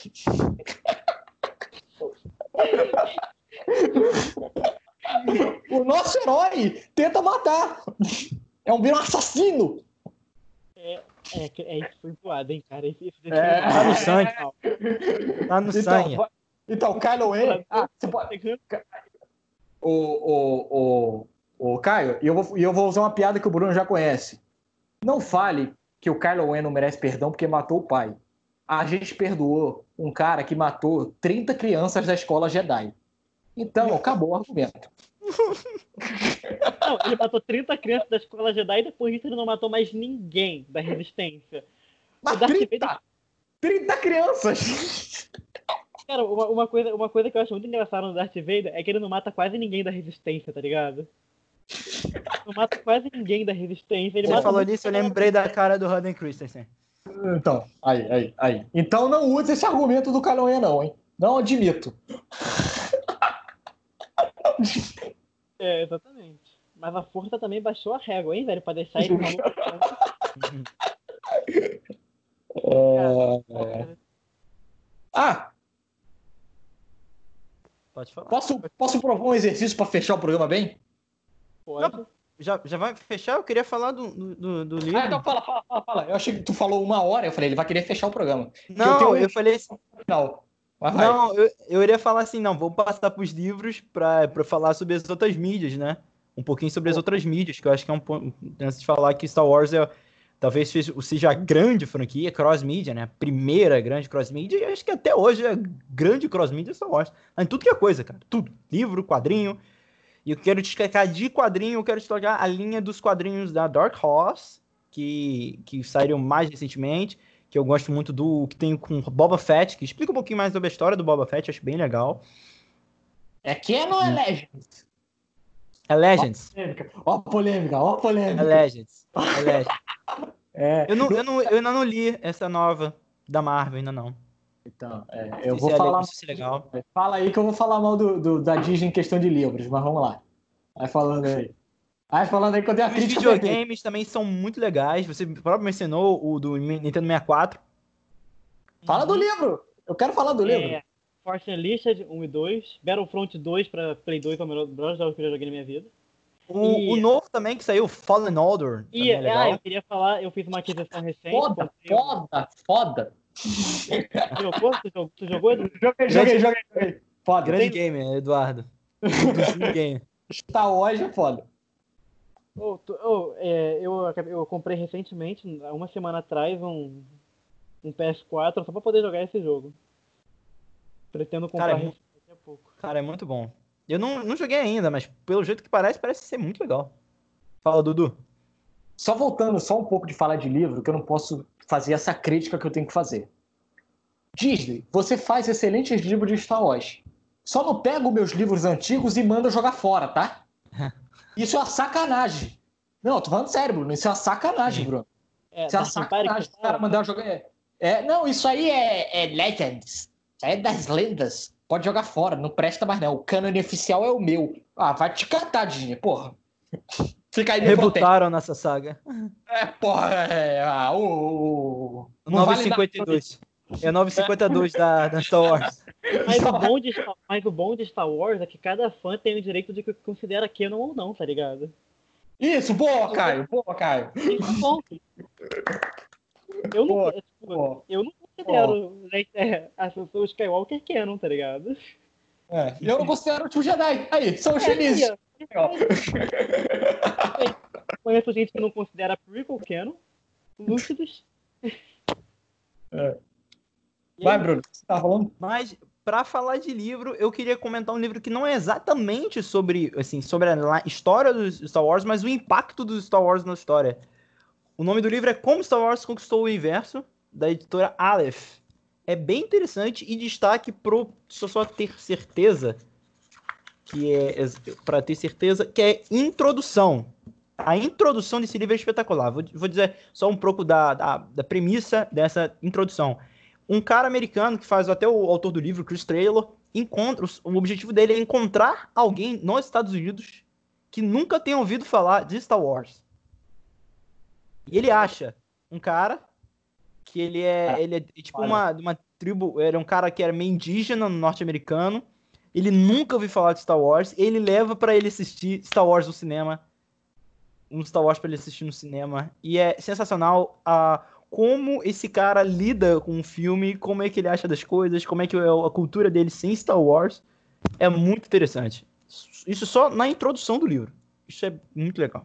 O nosso herói tenta matar. É um vira um assassino. É, é, é isso foi zoado, hein, cara. Isso, isso É. Tá no sangue. Tá no Então, sangue. va- então Kylo Ren. Ah, você pode. O, o, o, o Caio, e eu, vou, e eu vou usar uma piada que o Bruno já conhece. Não fale que o Kylo Ren não merece perdão porque matou o pai. A gente perdoou um cara que matou trinta crianças da escola Jedi. Então, acabou o argumento. Não, ele matou trinta crianças da escola Jedi e depois disso ele não matou mais ninguém da resistência. Mas O Darth trinta, Vader- trinta crianças! Cara, uma, uma, coisa, uma coisa que eu acho muito engraçada no Darth Vader é que ele não mata quase ninguém da resistência, tá ligado? Não mata quase ninguém da resistência. Ele Você mata falou muito nisso, eu cara. lembrei da cara do Hayden Christensen. Então, aí, aí, aí. Então não use esse argumento do Kylo Ren, não, hein? Não admito. É, exatamente. Mas a força também baixou a régua, hein, velho? Pra deixar ele maluco. É... Ah, Pode falar. posso, posso provar um exercício para fechar o programa bem? Pode. Já, já vai fechar? Eu queria falar do, do, do livro. Ah, então fala, fala, fala, fala. Eu achei que tu falou uma hora, eu falei, ele vai querer fechar o programa. Não, eu tenho um- eu falei assim. Não, mas vai. Não, eu, eu iria falar assim, não, vou passar pros livros pra, pra falar sobre as outras mídias, né? Um pouquinho sobre as outras mídias, que eu acho que é um ponto. Antes de falar que Star Wars é, talvez seja a grande franquia, cross-mídia, né? A primeira grande cross-mídia, e acho que até hoje é grande cross-mídia Star Wars. Em tudo que é coisa, cara. Tudo. Livro, quadrinho. E eu quero te explicar de quadrinho, eu quero te explicar a linha dos quadrinhos da Dark Horse, que, que saíram mais recentemente, que eu gosto muito do que tem com Boba Fett, que explica um pouquinho mais sobre a história do Boba Fett, acho bem legal. É Canon ou é Legends? É Legends. Ó a polêmica, ó a É polêmica. Legends. É Legends. É, Eu, não, eu, não, eu ainda não li essa nova da Marvel, ainda não. Então, é, eu Isso vou é falar. legal, isso é legal. Fala aí que eu vou falar mal do, do- da Disney em questão de livros, mas vamos lá. Vai falando aí. Vai falando aí que eu tenho a Os crítica. videogames também são muito legais. Você próprio mencionou o do Nintendo sessenta e quatro. Fala do livro! Eu quero falar do livro. É, Force Unleashed um e dois, Battlefront dois pra Play dois, é o melhor dos jogos que eu já joguei na minha vida. O, E- o novo também que saiu, Fallen Order. E também é ah, legal. eu queria falar, eu fiz uma aquisição recente. Foda, comprei um- foda, foda. Tu jogou? Tu jogou? Tu jogou? Edu? Joguei, joguei, joguei, joguei. Foda. Grande Tem- gamer, Eduardo. Dos ninguém. Star Wars é foda. Oh, tu- oh, é, eu, acabei- eu comprei recentemente, há uma semana atrás, um, um P S quatro só pra poder jogar esse jogo. Pretendo Cara, comprar é, mu- daqui a pouco. cara, é muito bom. Eu não, não joguei ainda, mas pelo jeito que parece, parece ser muito legal. Fala, Dudu. Só voltando só um pouco de falar de livro, que eu não posso fazer essa crítica que eu tenho que fazer. Disney, você faz excelentes livros de Star Wars. Só não pega os meus livros antigos e manda jogar fora, tá? Isso é uma sacanagem. Não, eu tô falando sério, Bruno. Isso é uma sacanagem, Sim. Bruno. É, Isso é uma Dark Empire que sacanagem. você Os caras fala? mandaram jogar. É, é, não, isso aí é, é Legends. Isso aí é das lendas. Pode jogar fora, não presta mais não. O cânone oficial é o meu. Ah, vai te catar, Disney, porra. Fica aí meu protesto. Rebutaram nessa saga. É, porra, é. Ah, o. o- Não nove vale nada. cinquenta e dois. É novecentos e cinquenta e dois da, da Star Wars. Mas o, bom de Star, mas o bom de Star Wars é que cada fã tem o direito de que considera canon ou não, tá ligado? Isso, boa, Caio. Boa, Caio. Isso é bom. Eu não, Boa, tipo, boa. eu não considero né, é, a Ascensão Skywalker canon, tá ligado? É, eu não considero o tio Jedi. Aí, são os É, felizes. aí, ó. Conheço gente que não considera prequel canon. Lúcidos. É. E Vai, aí, Bruno. Você tá falando? Mas, pra falar de livro, eu queria comentar um livro que não é exatamente sobre, assim, sobre a la- história dos Star Wars, mas o impacto dos Star Wars na história. O nome do livro é Como Star Wars Conquistou o Universo, da editora Aleph. É bem interessante e destaque pro só só ter certeza que é para ter certeza que é introdução. A introdução desse livro é espetacular. Vou, vou dizer só um pouco da, da, da premissa dessa introdução. Um cara americano que faz até o autor do livro, Chris Taylor, encontra o objetivo dele é encontrar alguém nos Estados Unidos que nunca tenha ouvido falar de Star Wars. E ele acha um cara que ele é, ele é tipo uma, uma tribo, era um cara que era meio indígena no norte-americano. Ele nunca ouviu falar de Star Wars. Ele leva pra ele assistir Star Wars no cinema. Um Star Wars pra ele assistir no cinema. E é sensacional a como esse cara lida com o filme, como é que ele acha das coisas, como é que é a cultura dele sem Star Wars. É muito interessante. Isso só na introdução do livro. Isso é muito legal.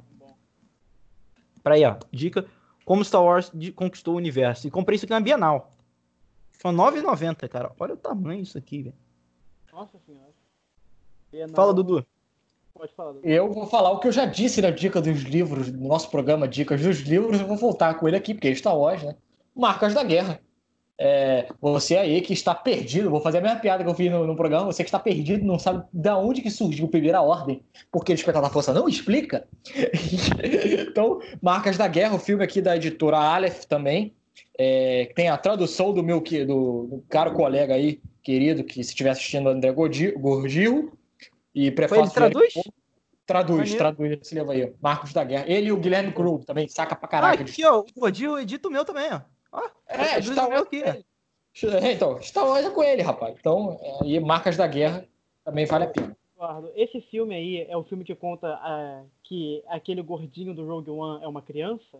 Pra aí, ó. Dica. Como Star Wars conquistou o universo. E comprei isso aqui na Bienal. Foi nove reais e noventa centavos, cara. Olha o tamanho disso aqui, velho. Nossa senhora. Bienal... Fala, Dudu. Pode falar, Dudu. Eu vou falar o que eu já disse na dica dos livros, no nosso programa Dicas dos Livros, eu vou voltar com ele aqui, porque é Star Wars, né? Marcas da Guerra. É, você aí que está perdido, vou fazer a mesma piada que eu fiz no, no programa, você que está perdido, não sabe de onde que surgiu a Primeira Ordem, porque o Despertar da Força não explica. Então, Marcas da Guerra, o filme aqui da editora Aleph também, é, tem a tradução do meu do, do caro colega aí, querido, que se estiver assistindo, André Gordillo, e prefácio Ele traduz? de... Traduz, Maneiro. traduz esse livro aí, Marcos da Guerra. Ele e o Guilherme Crow também, saca pra Ah, caraca. aqui, ó. O Gordinho edita o meu também, ó. Ó, É, traduz Star o meu Wars aqui, com ele. É, então, Star Wars é com ele, rapaz. Então, aí, Marcas da Guerra também vale a pena. Eduardo, esse filme aí é o filme que conta ah, que aquele gordinho do Rogue One é uma criança?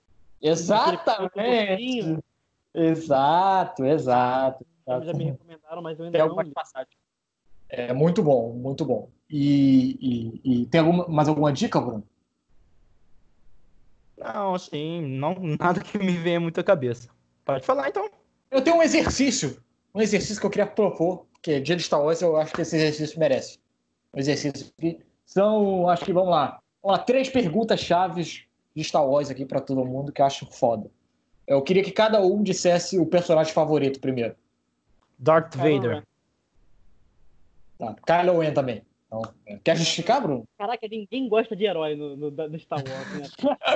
Exatamente. Exato, exato. Já, já me recomendaram, mas eu ainda Tem não algumas li. passagens. É muito bom, muito bom. E, e, e tem alguma, mais alguma dica, Bruno? Não, assim, não, nada que me venha muito à cabeça. Pode falar, então. Eu tenho um exercício, um exercício que eu queria propor, que é dia de Star Wars, eu acho que esse exercício merece. Um exercício que são, acho que, vamos lá, vamos lá três perguntas chaves de Star Wars aqui para todo mundo que eu acho foda. Eu queria que cada um dissesse o personagem favorito primeiro. Darth Kylo Vader. Ren. Tá, Kylo Ren também. Então, quer justificar, Bruno? Caraca, ninguém gosta de herói no, no, no Star Wars, né?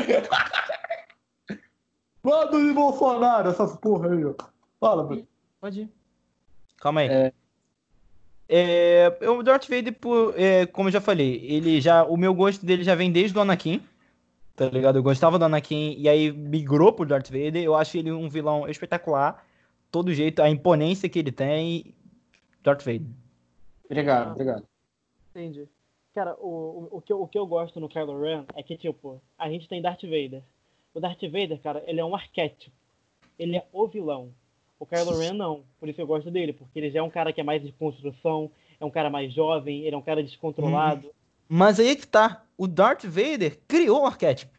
Manda de Bolsonaro, essas porra aí, ó. Fala, Bruno. Pode ir. Calma aí. É. É, o Darth Vader, por, é, como eu já falei, ele já, o meu gosto dele já vem desde o Anakin, tá ligado? Eu gostava do Anakin e aí migrou pro Darth Vader. Eu acho ele um vilão espetacular. Todo jeito, a imponência que ele tem. Darth Vader. Obrigado, Ah. obrigado. Entendi. Cara, o, o, o, que eu, o que eu gosto no Kylo Ren é que, tipo, a gente tem Darth Vader. O Darth Vader, cara, ele é um arquétipo. Ele é o vilão. O Kylo Ren não. Por isso eu gosto dele, porque ele já é um cara que é mais de construção, é um cara mais jovem, ele é um cara descontrolado. Hum. Mas aí que tá. O Darth Vader criou o arquétipo.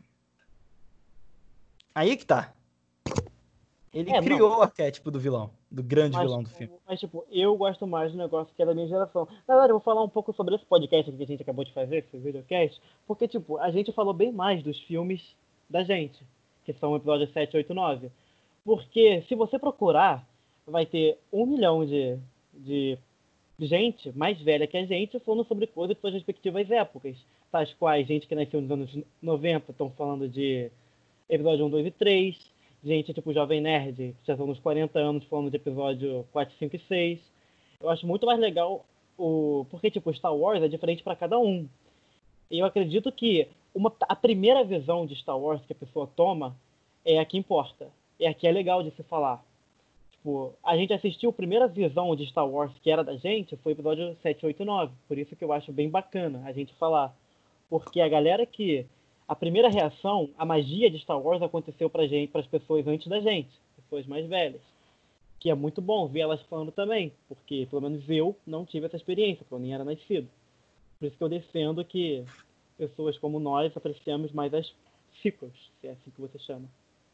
Aí que tá. Ele É, criou não. o arquétipo do vilão. Do grande Mas, vilão do filme. mas, tipo, eu gosto mais do negócio que é da minha geração. Na verdade, eu vou falar um pouco sobre esse podcast aqui que a gente acabou de fazer, esse videocast, porque, tipo, a gente falou bem mais dos filmes da gente, que são o episódio sete, oito, nove. Porque, se você procurar, vai ter um milhão de, de gente mais velha que a gente falando sobre coisas de suas respectivas épocas. Tais quais gente que nasceu nos anos noventa estão falando de episódio um, dois e três. Gente tipo Jovem Nerd, que já estão nos quarenta anos falando de episódio quatro, cinco e seis. Eu acho muito mais legal o... Porque, tipo, Star Wars é diferente para cada um. E eu acredito que uma... a primeira visão de Star Wars que a pessoa toma é a que importa. É a que é legal de se falar. Tipo, a gente assistiu a primeira visão de Star Wars que era da gente, foi o episódio sete, oito, nove. Por isso que eu acho bem bacana a gente falar. Porque a galera que... A primeira reação, a magia de Star Wars aconteceu pra gente, para as pessoas antes da gente, pessoas mais velhas. Que é muito bom ver elas falando também, porque pelo menos eu não tive essa experiência, porque eu nem era nascido. Por isso que eu defendo que pessoas como nós apreciamos mais as sequels, se é assim que você chama.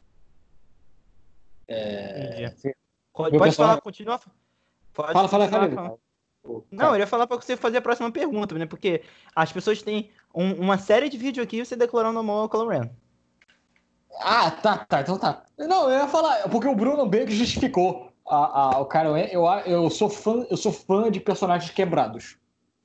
É... Entendi. Pode, Meu pode pessoal- falar, continua. Pode Fala, fala, continuar fala. falando. Ô, Não, cara. eu ia falar pra você fazer a próxima pergunta, né? Porque as pessoas têm um- uma série de vídeos aqui você declarando amor ao Kylo Ren. Ah, tá, tá, então tá. Não, eu ia falar, porque o Bruno Baker justificou a, a, o cara. Eu, eu, sou fã, eu sou fã de personagens quebrados.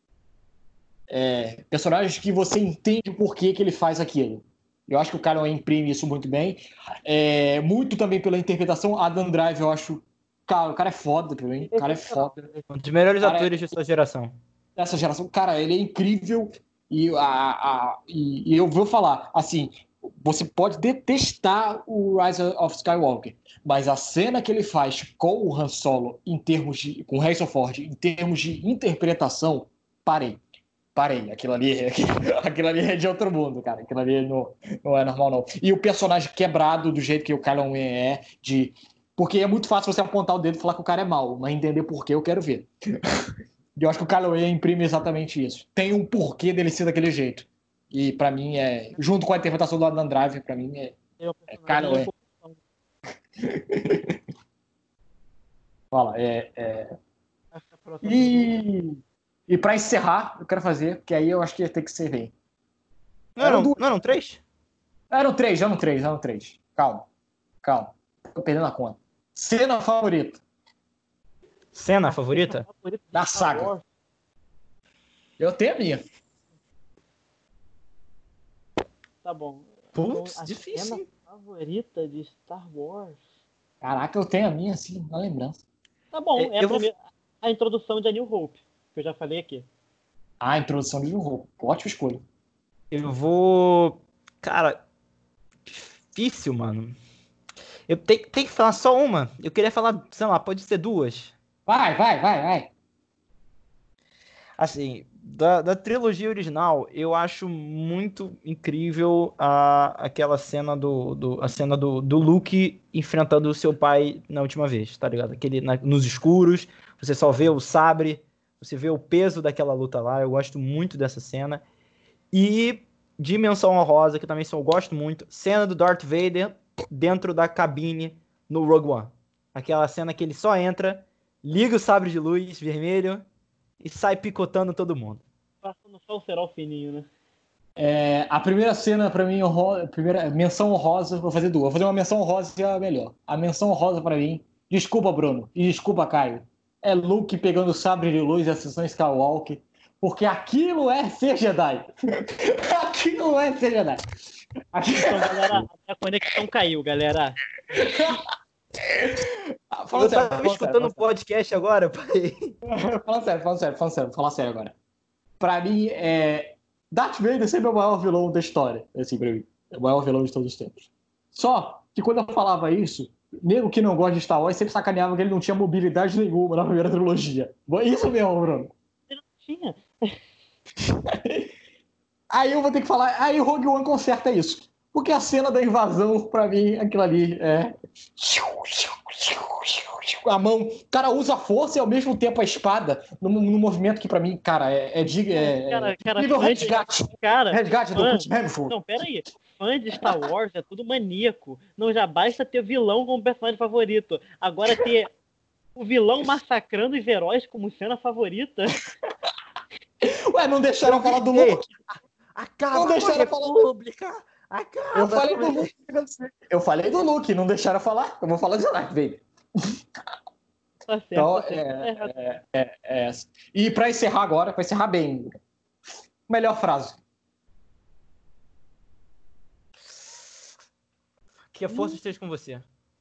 É, personagens que você entende o porquê que ele faz aquilo. Eu acho que o cara imprime isso muito bem. É, muito também pela interpretação. Adam Drive, eu acho. Cara, o cara é foda pra mim. O cara é foda. Um dos melhores Cara, atores de sua geração. Dessa geração. Cara, ele é incrível. E, a, a, e, e eu vou falar, assim, você pode detestar o Rise of Skywalker, mas a cena que ele faz com o Han Solo, em termos de, com o Harrison Ford, em termos de interpretação, parei. Parei. Aquilo ali, aquilo ali é de outro mundo, cara. Aquilo ali não, não é normal, não. E o personagem quebrado do jeito que o Kylo Ren é, de... Porque é muito fácil você apontar o dedo e falar que o cara é mau, mas entender por quê eu quero ver. E eu acho que o Kylo Ren imprime exatamente isso. Tem um porquê dele ser daquele jeito. E pra mim é... Junto com a interpretação do Adam Driver, pra mim é... Eu, é Kylo Ren. Fala, é... é... E... E pra encerrar, eu quero fazer, porque aí eu acho que ia ter que ser bem. Não eram, não eram três? Eram três, eram três, eram três. Calma, calma. Tô perdendo a conta. Cena favorita Cena favorita? da saga. Eu tenho a minha. Tá bom. Putz, A difícil, cena hein? favorita de Star Wars. Caraca, eu tenho a minha, assim, na lembrança. Tá bom, É, é a, eu vou- primeira, a introdução de A New Hope, que eu já falei aqui. Ah, a introdução de New Hope. Ótima escolha. Eu vou. Cara, difícil, mano. Eu tenho, tenho que falar só uma. Eu queria falar, sei lá, pode ser duas. Vai, vai, vai, vai. Assim, da, da trilogia original, eu acho muito incrível a, aquela cena do, do a cena do, do Luke enfrentando o seu pai na última vez, tá ligado? Aquele, na- nos escuros, você só vê o sabre, você vê o peso daquela luta lá. Eu gosto muito dessa cena. E Dimensão Honrosa, que também só eu gosto muito, cena do Darth Vader dentro da cabine no Rogue One. Aquela cena que ele só entra, liga o sabre de luz vermelho e sai picotando todo mundo. Passando só o cerol fininho, né? É, a primeira cena, pra mim, honro... a primeira menção honrosa, vou fazer duas. Vou fazer uma menção honrosa e a melhor. A menção honrosa pra mim, desculpa, Bruno, e desculpa, Caio, é Luke pegando o sabre de luz e a sessão Skywalker, porque aquilo é ser Jedi. Aquilo é ser Jedi. Aquilo... Então, galera, a conexão caiu, galera. Ah, Eu Fala sério, tava fala escutando sério, um podcast agora, pai. fala sério, fala sério, fala sério, fala sério agora. Pra mim, é... Darth Vader sempre é o maior vilão da história, assim, pra mim. É o maior vilão de todos os tempos. Só que quando eu falava isso, nego que não gosta de Star Wars sempre sacaneava que ele não tinha mobilidade nenhuma na primeira trilogia. Isso mesmo, Bruno. Ele não tinha. Aí eu vou ter que falar. Aí o Rogue One conserta isso. Porque a cena da invasão, pra mim, aquilo ali é. A mão. O cara usa a força e ao mesmo tempo a espada num, num movimento que, pra mim, cara, é. é, de, é, Cara, cara, nível fã de- resgate. Cara, Resgate do fã- Chris Hemsworth. Não, pera aí. Fã de Star Wars é tudo maníaco. Não já basta ter vilão como personagem favorito. Agora ter o vilão massacrando os heróis como cena favorita. Ué, não deixaram eu falar do Ei, Luke. Acaba Não com a deixaram falar do República! Acaba Eu falei com do Luke. Eu falei do Luke, não deixaram falar. Eu vou falar de Darth Vader. Tá certo, Então, tá certo. Tá errado. é, é, é, é essa. E pra encerrar agora, pra encerrar bem, melhor frase. Que a força esteja com você.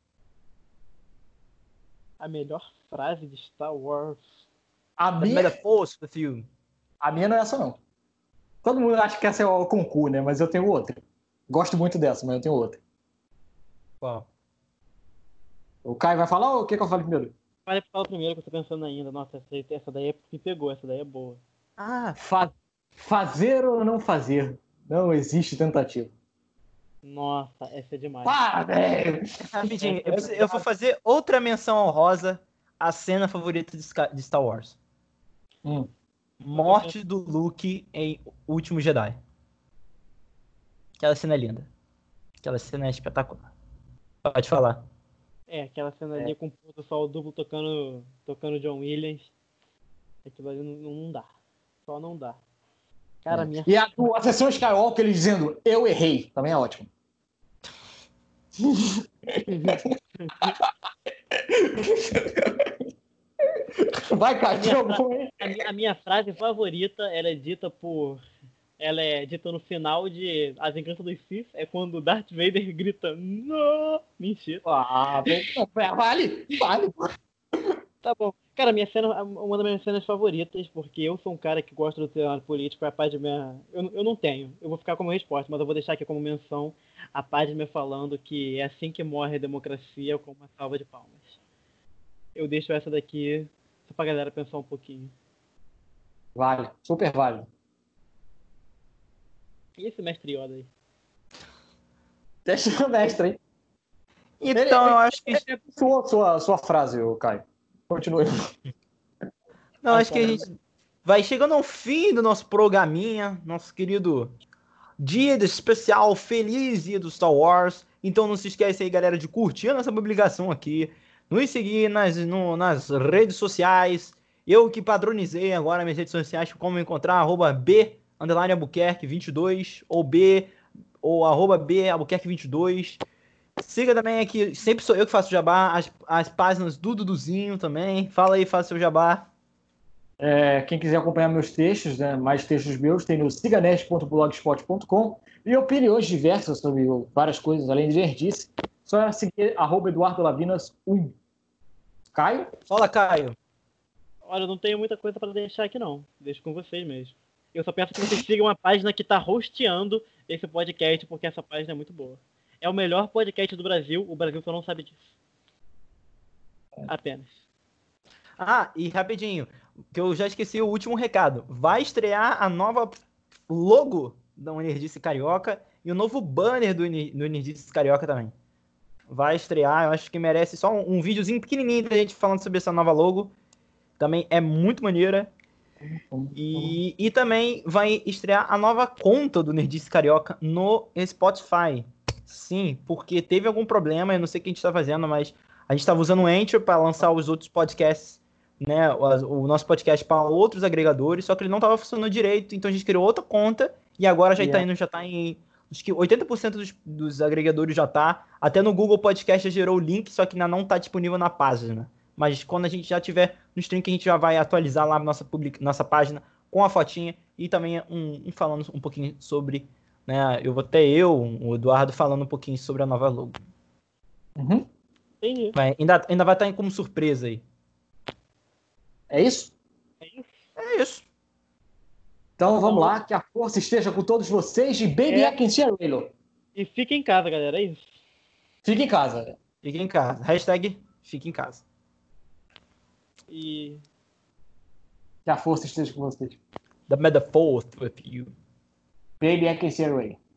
A melhor frase de Star Wars. A The minha, Force with you. a minha não é essa, não. Todo mundo acha que essa é o concurso, né? Mas eu tenho outra. Gosto muito dessa, mas eu tenho outra. Qual? O Caio vai falar ou o que, que eu falo primeiro? Fala fala primeiro que eu tô pensando ainda. Nossa, essa, aí- essa daí é me pegou, essa daí é boa. Ah, Fa- fazer ou não fazer? Não existe tentativa. Nossa, essa é demais. Pá, velho! rapidinho. Eu, preciso- eu vou fazer outra menção honrosa à cena favorita de Sca- de Star Wars. Hum. Morte do Luke em O Último Jedi. Aquela cena é linda. Aquela cena é espetacular. Pode falar. É, aquela cena ali com o pôr do sol duplo tocando, tocando John Williams. Aquilo ali não, não dá. Só não dá. Cara, minha. E a, a sessão Skywalker, ele dizendo, eu errei. Também é ótimo. Vai, A cara, minha, tinha fra- algum aí? a, minha, a minha frase favorita, ela é dita por. Ela é dita no final de A Vingança dos Sith. É quando o Darth Vader grita, não! Mentira. Ah, vale, vale. Tá bom. Cara, minha cena, uma das minhas cenas favoritas, porque eu sou um cara que gosta do cenário político, é a Padmé. Eu, eu não tenho, eu vou ficar como resposta, mas eu vou deixar aqui como menção a Padmé falando que é assim que morre a democracia, com uma salva de palmas. Eu deixo essa daqui só pra galera pensar um pouquinho. Vale, super vale. E esse mestre Yoda aí? Deixa o mestre, hein? Então, Ele- eu acho que. É sua, sua, sua frase, ô Caio. Continue. Não, acho que a gente vai chegando ao fim do nosso programinha, nosso querido dia do especial, feliz dia do Star Wars. Então não se esquece aí, galera, de curtir a nossa publicação aqui, nos seguir nas, no- nas redes sociais. Eu que padronizei agora minhas redes sociais, como encontrar, arroba B, underline Albuquerque vinte e dois, ou B, ou arroba B, Albuquerque vinte e dois. Siga também aqui, sempre sou eu que faço jabá, as, as páginas do Duduzinho também. Fala aí, faça seu jabá. É, quem quiser acompanhar meus textos, né, mais textos meus, tem no siganest ponto blogspot ponto com e opiniões diversas sobre várias coisas, além de nerdice. Só seguir arroba Eduardo Lavinas um. Caio? Fala, Caio. Olha, eu não tenho muita coisa pra deixar aqui não. Deixo com vocês mesmo. Eu só peço que vocês sigam uma página que tá hosteando esse podcast, porque essa página é muito boa. É o melhor podcast do Brasil, o Brasil só não sabe disso. Apenas. Ah, e rapidinho, que eu já esqueci o último recado. Vai estrear a nova logo da Nerdice Carioca e o novo banner do, Ener- do Nerdice Carioca também. Vai estrear, eu acho que merece só um, um videozinho pequenininho da gente falando sobre essa nova logo. Também é muito maneira. E, e também vai estrear a nova conta do Nerdice Carioca no Spotify. Sim, porque teve algum problema, eu não sei o que a gente está fazendo, mas a gente estava usando o Anchor para lançar os outros podcasts, né? O, o nosso podcast para outros agregadores, só que ele não estava funcionando direito, então a gente criou outra conta e agora já está Yeah. indo, já tá em. Acho que oitenta por cento dos, dos agregadores já tá. Até no Google Podcast já gerou o link, só que ainda não está disponível na página. Mas quando a gente já tiver no stream, que a gente já vai atualizar lá na nossa, public... nossa página com a fotinha e também um, um falando um pouquinho sobre, né? Eu vou até eu, o Eduardo, falando um pouquinho sobre a nova logo. Uhum. Entendi. Mas ainda, ainda vai estar como surpresa aí. É isso? É isso. Então vamos lá, que a força esteja com todos vocês e Baby É. I can see a Raylo. E fica em casa, galera, é isso. Fique em casa. Fique em casa. Hashtag fique em casa. E Que a força esteja com vocês. The Metaphor with you. Baby I can see a Raylo.